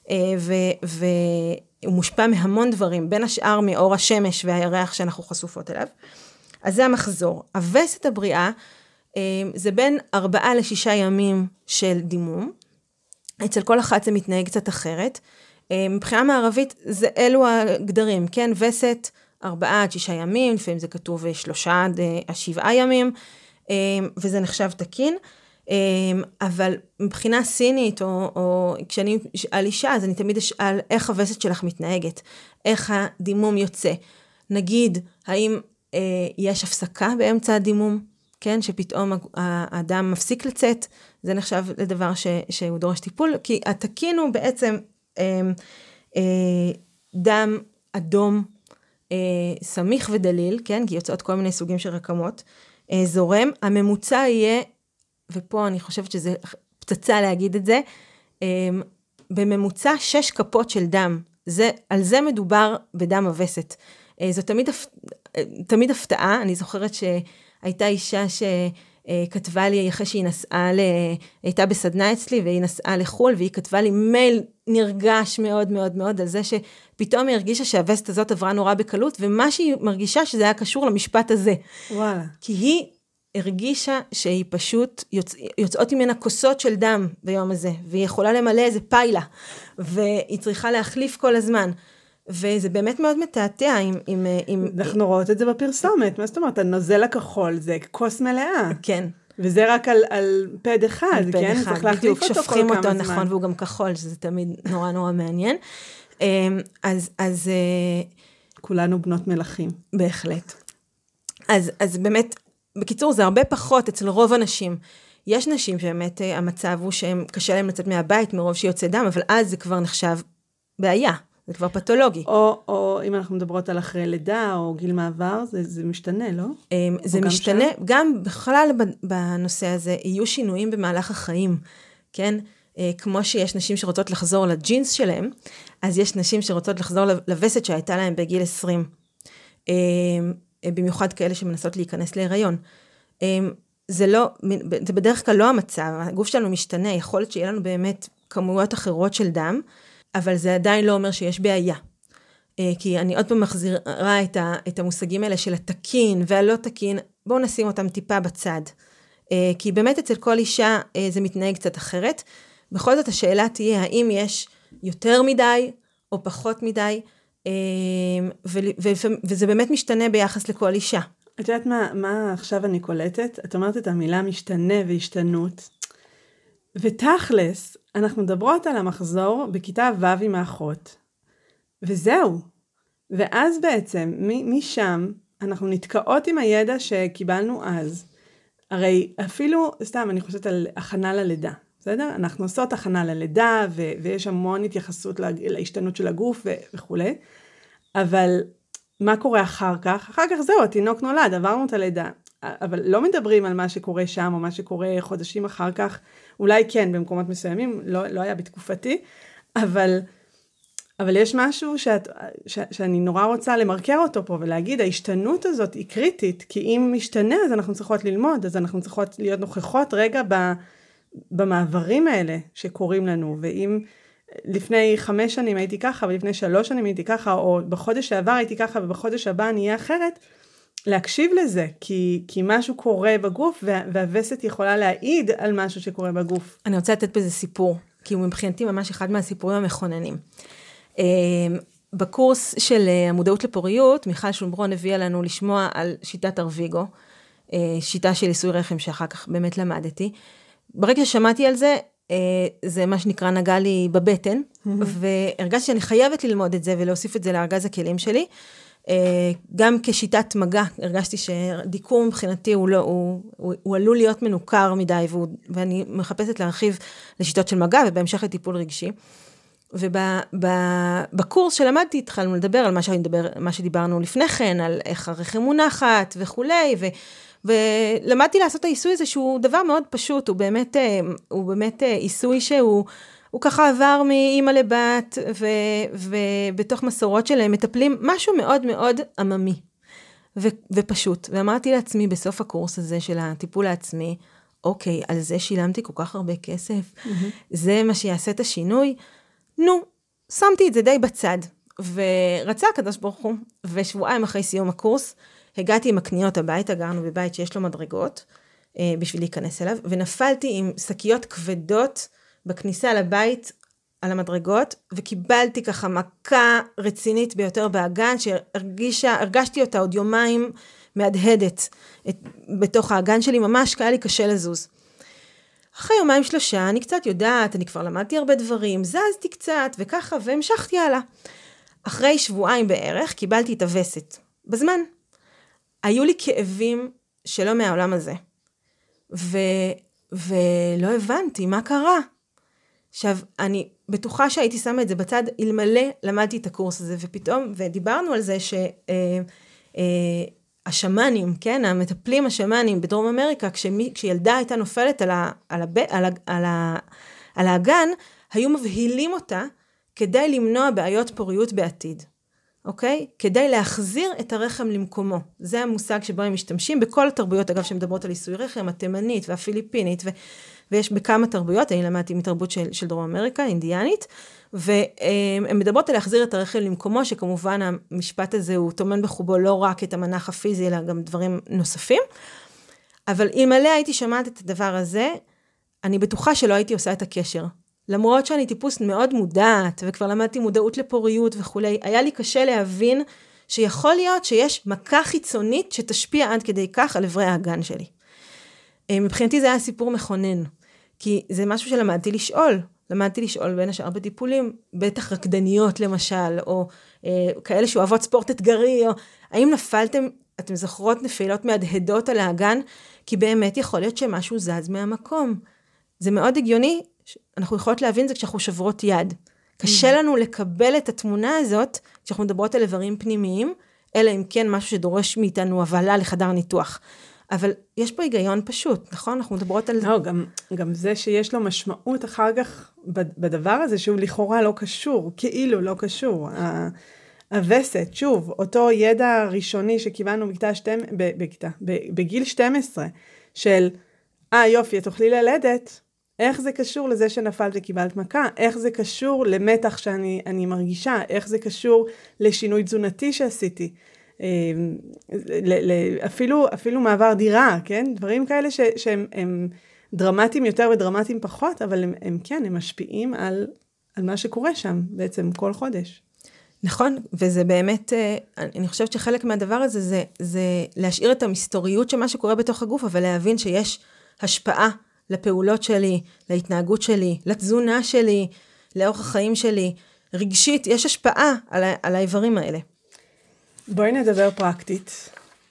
והוא מושפע מהמון דברים, בין השאר מאור השמש והירח שאנחנו חשופות אליו. אז זה המחזור. הווסת הבריאה, זה בין 4 ל6 ימים של דימום. אצל כל אחת זה מתנהג קצת אחרת. מבחינה מערבית, אלו הגדרים, כן? וסת 4 עד 6 ימים, לפעמים זה כתוב 3 עד 7 ימים, וזה נחשב תקין. אבל מבחינה סינית, או כשאני אשאל אישה, אז אני תמיד אשאל איך הווסת שלך מתנהגת, איך הדימום יוצא. נגיד, האם יש הפסקה באמצע הדימום, כן, שפתאום האדם מפסיק לצאת, זה נחשב לדבר שהוא דורש טיפול, כי התקין הוא בעצם דם אדום, סמיך ודליל, כן, כי יוצאות כל מיני סוגים של רקמות, זורם, הממוצע יהיה, ופה אני חושבת שזה פצצה להגיד את זה, בממוצע 6 כפות של דם, על זה מדובר בדם הווסת. זו תמיד הפתעה, אני זוכרת שהייתה אישה שכתבה לי אחרי שהיא הייתה בסדנה אצלי, והיא נסעה לחול, והיא כתבה לי מייל נרגש מאוד מאוד מאוד, על זה שפתאום היא הרגישה שהווסת הזאת עברה נורא בקלות, ומה שהיא מרגישה שזה היה קשור למשפט הזה. וואלה. כי היא הרגישה שהיא פשוט יוצאות ממנה כוסות של דם ביום הזה, והיא יכולה למלא איזה פיילה, והיא צריכה להחליף כל הזמן. וזה באמת מאוד מתעתע עם אנחנו רואות את זה בפרסומת, מה זאת אומרת? הנוזל הכחול זה כוס מלאה. כן. וזה רק על פד אחד, כן? צריך להחליף אותו כל כמה זמן. נכון, והוא גם כחול, שזה תמיד נורא נורא מעניין. אז כולנו בנות מלכים. בהחלט. אז באמת, בקיצור, זה הרבה פחות אצל רוב הנשים. יש נשים שבאמת המצב הוא שהם קשה להם לצאת מהבית מרוב שיוצא דם, אבל אז זה כבר נחשב בעיה. זה כבר פתולוגי. או אם אנחנו מדברות על אחרי לידה, או גיל מעבר, זה משתנה, לא? זה משתנה, גם בכלל בנושא הזה, יהיו שינויים במהלך החיים, כן? כמו שיש נשים שרוצות לחזור לג'ינס שלהם, אז יש נשים שרוצות לחזור לווסת שהייתה להם בגיל 20. במיוחד כאלה שמנסות להיכנס להיריון. זה בדרך כלל לא המצב, הגוף שלנו משתנה, יכול להיות שיהיה לנו באמת כמויות אחרות של דם, אבל זה עדיין לא אומר שיש בעיה. כי אני עוד פעם מחזירה את המושגים האלה של התקין והלא תקין, בואו נשים אותם טיפה בצד. כי באמת אצל כל אישה זה מתנהג קצת אחרת. בכל זאת השאלה תהיה האם יש יותר מדי או פחות מדי, וזה באמת משתנה ביחס לכל אישה. את יודעת מה עכשיו אני קולטת? את אומרת את המילה משתנה והשתנות. ותכלס, אנחנו מדברות על המחזור בכיתה ו' עם האחות. וזהו. ואז בעצם, משם, אנחנו נתקעות עם הידע שקיבלנו אז. הרי אפילו, סתם, אני חושבת על הכנה ללידה, בסדר? אנחנו עושות הכנה ללידה, ויש המון התייחסות להשתנות של הגוף וכו'. אבל מה קורה אחר כך? אחר כך זהו, התינוק נולד, עברנו את הלידה. אבל לא מדברים על מה שקורה שם, או מה שקורה חודשים אחר כך. אולי כן, במקומות מסוימים, לא היה בתקופתי. אבל יש משהו שאני נורא רוצה למרקר אותו פה, ולהגיד, ההשתנות הזאת היא קריטית, כי אם משתנה, אז אנחנו צריכות ללמוד, אז אנחנו צריכות להיות נוכחות רגע במעברים האלה שקורים לנו, ואם לפני 5 שנים הייתי ככה, ולפני 3 שנים הייתי ככה, או בחודש שעבר הייתי ככה, ובחודש הבא אני אהיה אחרת, להקשיב לזה, כי משהו קורה בגוף, והווסת יכולה להעיד על משהו שקורה בגוף. אני רוצה לתת בזה סיפור, כי הוא מבחינתי ממש אחד מהסיפורים המכוננים. בקורס של המודעות לפוריות, מיכל שומברון הביאה לנו לשמוע על שיטת ארוויגו, שיטה של עיסוי רחם שאחר כך באמת למדתי. ברגע ששמעתי על זה, זה מה שנקרא נגע לי בבטן, והרגשתי שאני חייבת ללמוד את זה ולהוסיף את זה לארגז הכלים שלי. גם כשיטת מגע, הרגשתי שדיקור מבחינתי הוא עלול להיות מנוכר מדי, ואני מחפשת להרחיב לשיטות של מגע ובהמשך לטיפול רגשי. ובקורס שלמדתי התחלנו לדבר על מה שדיברנו לפני כן, על איך הרחם מונחת וכולי, ולמדתי לעשות את העיסוי הזה שהוא דבר מאוד פשוט, הוא באמת עיסוי שהוא ככה עבר מאמא לבת, ובתוך מסורות שלהם מטפלים משהו מאוד מאוד עממי ופשוט. ואמרתי לעצמי בסוף הקורס הזה של הטיפול העצמי, אוקיי, על זה שילמתי כל כך הרבה כסף, זה מה שיעשה את השינוי, שמתי את זה די בצד, ורצה הקדוש ברוך הוא, ושבועיים אחרי סיום הקורס, הגעתי עם הקניות הביתה, גרנו בבית שיש לו מדרגות, בשביל להיכנס אליו, ונפלתי עם שקיות כבדות, בכניסה לבית, על המדרגות, וקיבלתי ככה מכה רצינית ביותר באגן, שהרגשתי אותה עוד יומיים מהדהדת, בתוך האגן שלי, ממש היה לי קשה לזוז. אחרי 2-3, אני קצת יודעת, אני כבר למדתי הרבה דברים, זזתי קצת וככה, והמשכתי הלאה. אחרי 2 שבועות בערך, קיבלתי את הווסת. בזמן. היו לי כאבים שלא מהעולם הזה. ולא הבנתי מה קרה. עכשיו, אני בטוחה שהייתי שמה את זה בצד, אלמלא למדתי את הקורס הזה, ופתאום, ודיברנו על זה השמנים, כן, המטפלים השמנים בדרום אמריקה, כשילדה הייתה נופלת על האגן, היו מבהילים אותה כדי למנוע בעיות פוריות בעתיד. אוקיי? כדי להחזיר את הרחם למקומו. זה המושג שבו הם משתמשים בכל התרבויות, אגב, שמדברות על עיסוי רחם, התימנית והפיליפינית, ויש בכמה תרבויות, אני למדתי מתרבות של דרום אמריקה, אינדיאנית, והן מדברות על להחזיר את הרחם למקומו, שכמובן המשפט הזה הוא תומן בחובו לא רק את המנח הפיזי, אלא גם דברים נוספים. אבל אלמלא הייתי שמעת את הדבר הזה, אני בטוחה שלא הייתי עושה את הקשר. למרות שאני טיפוס מאוד מודעת, וכבר למדתי מודעות לפוריות וכולי, היה לי קשה להבין שיכול להיות שיש מכה חיצונית שתשפיע עד כדי כך על עברי האגן שלי. מבחינתי זה היה סיפור מכונן, כי זה משהו שלמדתי לשאול. למדתי לשאול בין השאר בטיפולים, בטח רקדניות למשל, או כאלה שאוהבות ספורט אתגרי, או האם נפלתם, אתם זוכרות נפילות מהדהדות על האגן, כי באמת יכול להיות שמשהו זז מהמקום. זה מאוד הגיוני, אנחנו יכולות להבין זה כשאנחנו שברות יד. קשה לנו לקבל את התמונה הזאת, כשאנחנו מדברות על איברים פנימיים, אלא אם כן משהו שדורש מאיתנו הבלה לחדר ניתוח. אבל יש פה היגיון פשוט, נכון? אנחנו מדברות על... לא, גם זה שיש לו משמעות אחר כך בדבר הזה, שהוא לכאורה לא קשור, כאילו לא קשור. הווסת, שוב, אותו ידע ראשוני שקיבלנו בגיל 12, של, יופי, תוכלי ללדת, איך זה קשור לזה שנפלת וקיבלת מכה? איך זה קשור למתח שאני מרגישה? איך זה קשור לשינוי תזונתי שעשיתי? אפילו מעבר דירה, כן? דברים כאלה שהם דרמטיים יותר ודרמטיים פחות, אבל הם כן, הם משפיעים על מה שקורה שם בעצם כל חודש. נכון, וזה באמת, אני חושבת שחלק מהדבר הזה זה להשאיר את המסתוריות של מה שקורה בתוך הגוף, אבל להבין שיש השפעה לפעולות שלי, להתנהגות שלי, לתזונה שלי, לאורח החיים שלי, רגשית, יש השפעה על האיברים האלה. בואי נדבר פרקטית.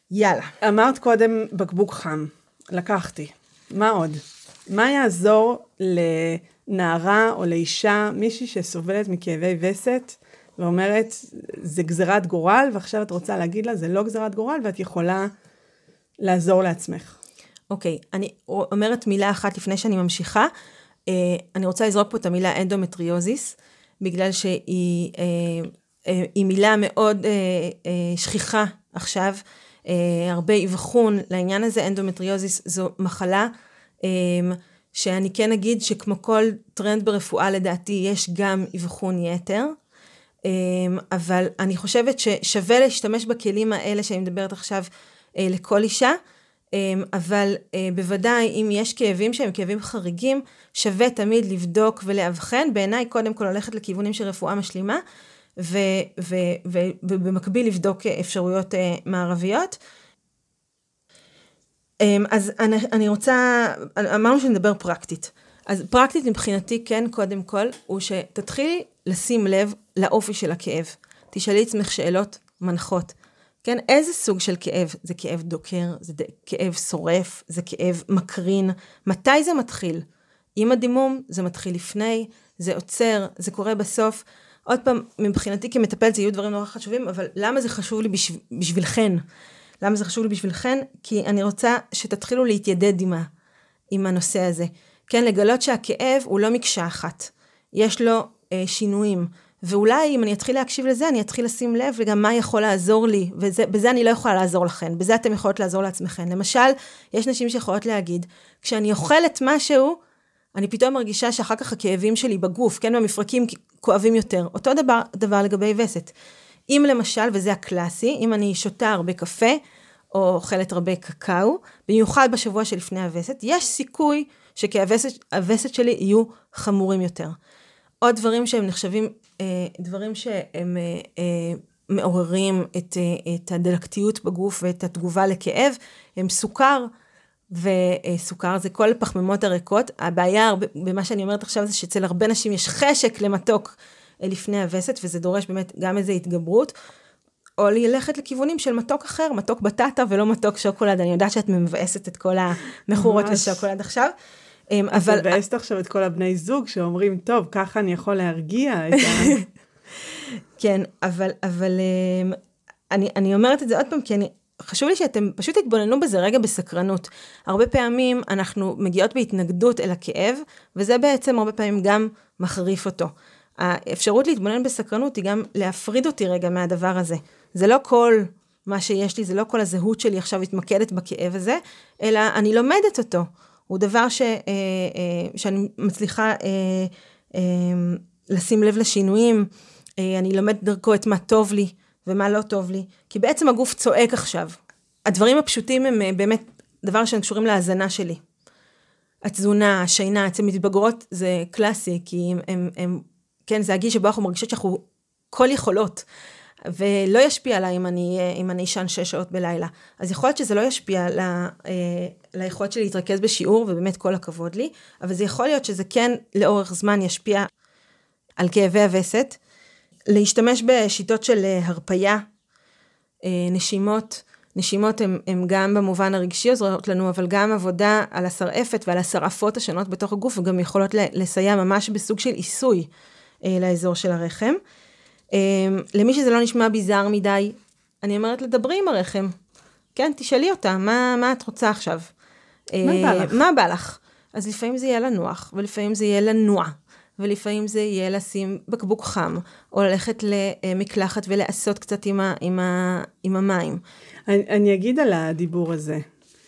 יאללה. אמרת קודם בקבוק חם, לקחתי. מה עוד? מה יעזור לנערה או לאישה, מישהי שסובלת מכאבי וסת, ואומרת, זה גזרת גורל, ועכשיו את רוצה להגיד לה, זה לא גזרת גורל, ואת יכולה לעזור לעצמך. אוקיי, אני אומרת מילה אחת לפני שאני ממשיכה, אני רוצה לזרוק פה את המילה אנדומטריוזיס, בגלל שהיא מילה מאוד שכיחה עכשיו, הרבה אבחון לעניין הזה. אנדומטריוזיס זו מחלה, שאני כן אגיד שכמו כל טרנד ברפואה לדעתי, יש גם אבחון יתר, אבל אני חושבת ששווה להשתמש בכלים האלה שאני מדברת עכשיו לכל אישה, אבל בוודאי אם יש כאבים שהם כאבים חריגים, שווה תמיד לבדוק ולהבחן. בעיניי קודם כל הולכת לכיוונים של רפואה משלימה, ובמקביל לבדוק אפשרויות מערביות. אז אני רוצה, אמרנו שנדבר פרקטית. אז פרקטית מבחינתי כן, קודם כל, הוא שתתחילי לשים לב לאופי של הכאב. תשאלי עצמך שאלות מנחות. כן, איזה סוג של כאב? זה כאב דוקר, זה כאב שורף, זה כאב מקרין. מתי זה מתחיל? עם הדימום, זה מתחיל לפני, זה עוצר, זה קורה בסוף. עוד פעם, מבחינתי כמטפלת זה יהיו דברים נורא חשובים, אבל למה זה חשוב לי בשבילכן? למה זה חשוב לי בשבילכן? כי אני רוצה שתתחילו להתיידד עם הנושא הזה. כן, לגלות שהכאב הוא לא מקשה אחת. יש לו שינויים. ואולי אם אני אתחיל להקשיב לזה, אני אתחיל לשים לב וגם מה יכול לעזור לי, ובזה אני לא יכולה לעזור לכן, בזה אתם יכולות לעזור לעצמכן. למשל, יש נשים שיכולות להגיד, כשאני אוכלת משהו, אני פתאום מרגישה שאחר כך הכאבים שלי בגוף, כן, במפרקים כואבים יותר. אותו דבר לגבי וסת. אם למשל, וזה הקלאסי, אם אני שותה הרבה קפה, או אוכלת הרבה קקאו, במיוחד בשבוע שלפני הווסת, יש סיכוי שהווסת שלי יהיו חמורים יותר. עוד דברים שהם נחשבים, דברים שהם מעוררים את הדלקתיות בגוף ואת התגובה לכאב, הם סוכר, וסוכר זה כל פחמימות הריקות. הבעיה במה שאני אומרת עכשיו זה שאצל הרבה נשים יש חשק למתוק לפני הווסת, וזה דורש באמת גם איזו התגברות, או ללכת לכיוונים של מתוק אחר, מתוק בטטה ולא מתוק שוקולד. אני יודעת שאת מבאסת את כל המכורות לשוקולד עכשיו. אבל מבאסת עכשיו את כל הבני זוג שאומרים, טוב, ככה אני יכול להרגיע את ה... כן, אבל אני אומרת את זה עוד פעם, כי חשוב לי שאתם פשוט תתבוננו בזה רגע בסקרנות. הרבה פעמים אנחנו מגיעות בהתנגדות אל הכאב, וזה בעצם הרבה פעמים גם מחריף אותו. האפשרות להתבונן בסקרנות היא גם להפריד אותי רגע מהדבר הזה. זה לא כל מה שיש לי, זה לא כל הזהות שלי עכשיו מתמקדת בכאב הזה, אלא אני לומדת אותו. הוא דבר שאני מצליחה לשים לב לשינויים, אני לומדת דרכו את מה טוב לי ומה לא טוב לי, כי בעצם הגוף צועק עכשיו. הדברים הפשוטים הם באמת דבר שהם קשורים להזנה שלי. התזונה, השינה, אצל מתבגרות זה קלאסי, כי הם כן, זה הגיל שבו אנחנו מרגישות שאנחנו כל יכולות, ולא ישפיע עליי אם אני אשן 6 שעות בלילה. אז יכול להיות שזה לא ישפיע ליכולת שלי להתרכז בשיעור, ובאמת כל הכבוד לי, אבל זה יכול להיות שזה כן לאורך זמן ישפיע על כאבי הווסת. להשתמש בשיטות של הרפיה, נשימות הם גם במובן הרגשי עוזרות לנו, אבל גם עבודה על השרעפת ועל השרעפות השונות בתוך הגוף, וגם יכולות לסייע ממש בסוג של עיסוי לאזור של הרחם. למי שזה לא נשמע ביזר מדי, אני אומרת לדברי עם הרחם. כן, תשאלי אותה, מה את רוצה עכשיו? מה בא לך? אז לפעמים זה יהיה לנוח, ולפעמים זה יהיה לנוע, ולפעמים זה יהיה לשים בקבוק חם, או ללכת למקלחת ולעשות קצת עם המים. אני אגיד על הדיבור הזה.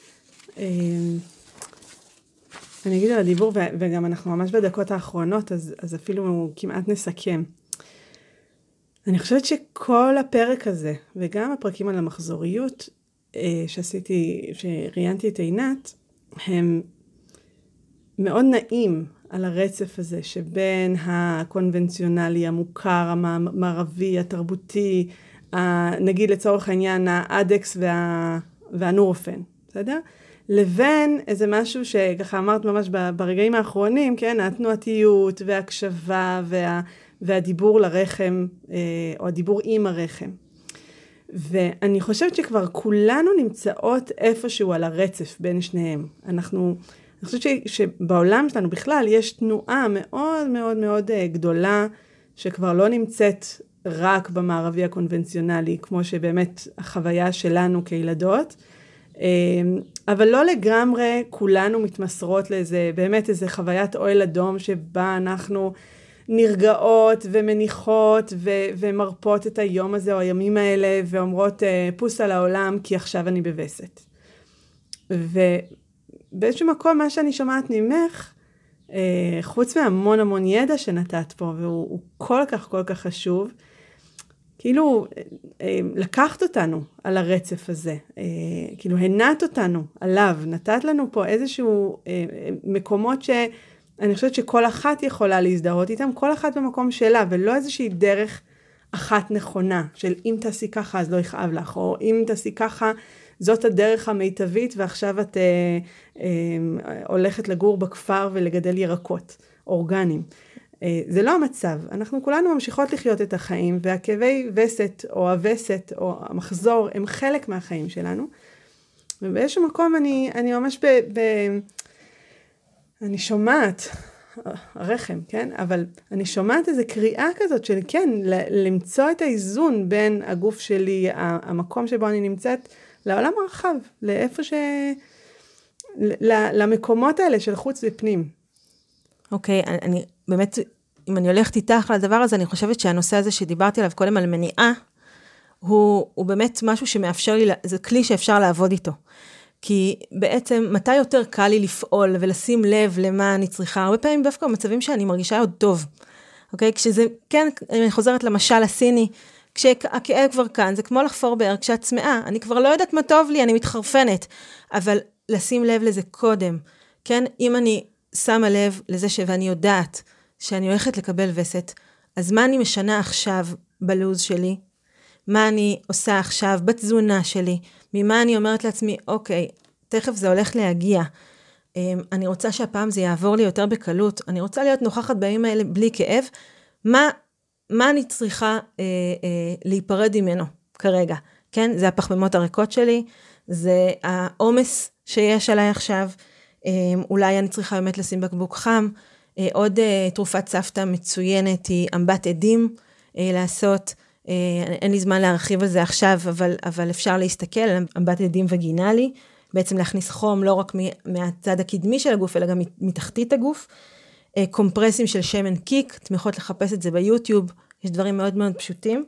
אני אגיד על הדיבור, וגם אנחנו ממש בדקות האחרונות, אז אפילו כמעט נסכם. אני חושבת שכל הפרק הזה, וגם הפרקים על המחזוריות שראיינתי את עינת, הם מאוד נעים על הרצף הזה, שבין הקונבנציונלי, המוכר, המערבי, התרבותי, נגיד לצורך העניין האדקס והנורופן, בסדר? לבין איזה משהו שככה אמרת ממש ברגעים האחרונים, כן, התנועתיות והקשבה והדיבור לרחם, או הדיבור עם הרחם. ואני חושבת שכבר כולנו נמצאות איפשהו על הרצף בין שניהם. אני חושבת שבעולם שלנו בכלל יש תנועה מאוד מאוד מאוד גדולה, שכבר לא נמצאת רק במערבי הקונבנציונלי, כמו שבאמת החוויה שלנו כילדות, אבל לא לגמרי כולנו מתמסרות לאיזה, באמת איזה חוויית אוהל אדום, שבה אנחנו נרגעות ומניחות ומרפות את היום הזה או הימים האלה, ואומרות פוס על העולם כי עכשיו אני בווסת. ובאיזשהו מקום מה שאני שומעת ממך, חוץ מהמון המון ידע שנתת פה, והוא כל כך חשוב, כאילו לקחת אותנו על הרצף הזה, כאילו הנת אותנו עליו, נתת לנו פה איזשהו מקומות שאני חושבת שכל אחת יכולה להזדהות איתם, כל אחת במקום שלה, ולא איזושהי דרך אחת נכונה, של אם תעשי ככה אז לא יכאב לך, או אם תעשי ככה זאת הדרך המיטבית, ועכשיו את הולכת לגור בכפר ולגדל ירקות אורגניים. זה לא המצב, אנחנו כולנו ממשיכות לחיות את החיים, והכאבי וסת או הווסת או המחזור הם חלק מהחיים שלנו, ובאיזשהו מקום אני ממש אני שומעת, הרחם, כן? אבל אני שומעת איזו קריאה כזאת של כן, למצוא את האיזון בין הגוף שלי, המקום שבו אני נמצאת, לעולם הרחב, לאיפה למקומות האלה של חוץ ופנים. אוקיי, אני באמת, אם אני הולכת איתך לדבר הזה, אני חושבת שהנושא הזה שדיברתי עליו קודם על מניעה, הוא באמת משהו שמאפשר לי, זה כלי שאפשר לעבוד איתו. כי בעצם, מתי יותר קל לי לפעול ולשים לב למה אני צריכה? הרבה פעמים דווקא במצבים שאני מרגישה עוד טוב. אוקיי? כשזה, כן, אני חוזרת למשל הסיני, כשהכאב כבר כאן, זה כמו לחפור באר כשאת צמאה, אני כבר לא יודעת מה טוב לי, אני מתחרפנת, אבל לשים לב לזה קודם, כן? אם אני שמה לב לזה ואני יודעת שאני הולכת לקבל וסת, אז מה אני משנה עכשיו בלוז שלי? מה אני עושה עכשיו בתזונה שלי? ממה אני אומרת לעצמי, אוקיי, תכף זה הולך להגיע, אני רוצה שהפעם זה יעבור לי יותר בקלות, אני רוצה להיות נוכחת בימים האלה בלי כאב, מה אני צריכה להיפרד ממנו כרגע? כן, זה הפחמימות הריקות שלי, זה העומס שיש עליי עכשיו, אולי אני צריכה באמת לשים בקבוק חם, עוד תרופת סבתא מצוינת היא אמבט עדים לעשות, אין לי זמן להרחיב על זה עכשיו, אבל אפשר להסתכל על אמבט עדים וגינלי, בעצם להכניס חום לא רק מהצד הקדמי של הגוף, אלא גם מתחתית הגוף, קומפרסים של שמן קיק, תמיכות לחפש את זה ביוטיוב, יש דברים מאוד מאוד פשוטים,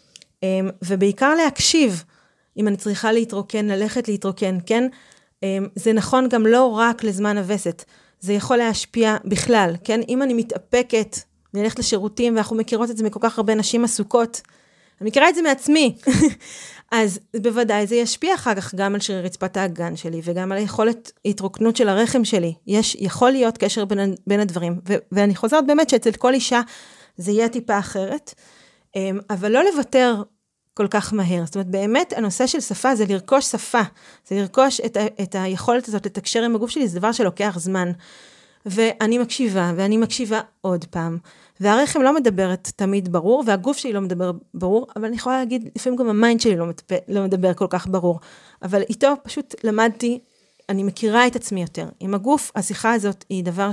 ובעיקר להקשיב, אם אני צריכה להתרוקן, ללכת להתרוקן, כן? זה נכון גם לא רק לזמן הווסת, זה יכול להשפיע בכלל, כן? אם אני מתאפקת, אני הולכת לשירותים, ואנחנו מכירות את זה מכל כך הרבה נשים עסוקות, אני מכירה את זה מעצמי, אז בוודאי זה ישפיע אחר כך גם על שריר רצפת האגן שלי, וגם על היכולת התרוקנות של הרחם שלי. יכול להיות קשר בין הדברים, ואני חוזרת באמת שאצל כל אישה זה יהיה טיפה אחרת, אבל לא לוותר כל כך מהר. זאת אומרת, באמת הנושא של שפה זה לרכוש שפה, זה לרכוש את היכולת הזאת לתקשר עם הגוף שלי, זה דבר שלוקח זמן. ואני מקשיבה עוד פעם. והרחם לא מדברת תמיד ברור, והגוף שלי לא מדבר ברור, אבל אני יכולה להגיד, לפעמים גם המיינד שלי לא מדבר כל כך ברור. אבל איתו פשוט למדתי, אני מכירה את עצמי יותר. עם הגוף, השיחה הזאת היא דבר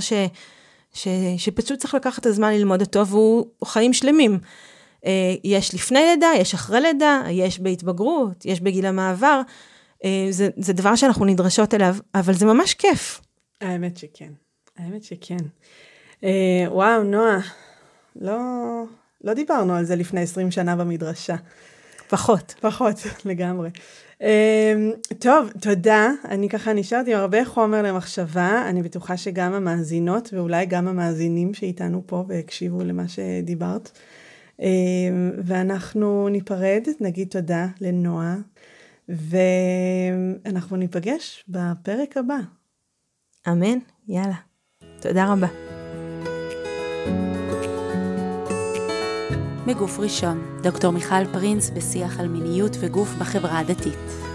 שפשוט צריך לקחת את הזמן ללמוד אותו, והוא חיים שלמים. יש לפני לידה, יש אחרי לידה, יש בהתבגרות, יש בגיל המעבר. זה דבר שאנחנו נדרשות אליו, אבל זה ממש כיף. האמת שכן. וואו, נועה, לא דיברנו על זה לפני 20 שנה במדרשה. פחות לגמרי. טוב, תודה. אני ככה נשארת עם הרבה חומר למחשבה. אני בטוחה שגם המאזינות, ואולי גם המאזינים שאיתנו פה והקשיבו למה שדיברת. ואנחנו ניפרד, נגיד תודה לנועה, ואנחנו ניפגש בפרק הבא. אמן, יאללה. תודה רבה. מגוף ראשון, דוקטור מיכל פרינס בשיח על מיניות וגוף בחברה הדתית.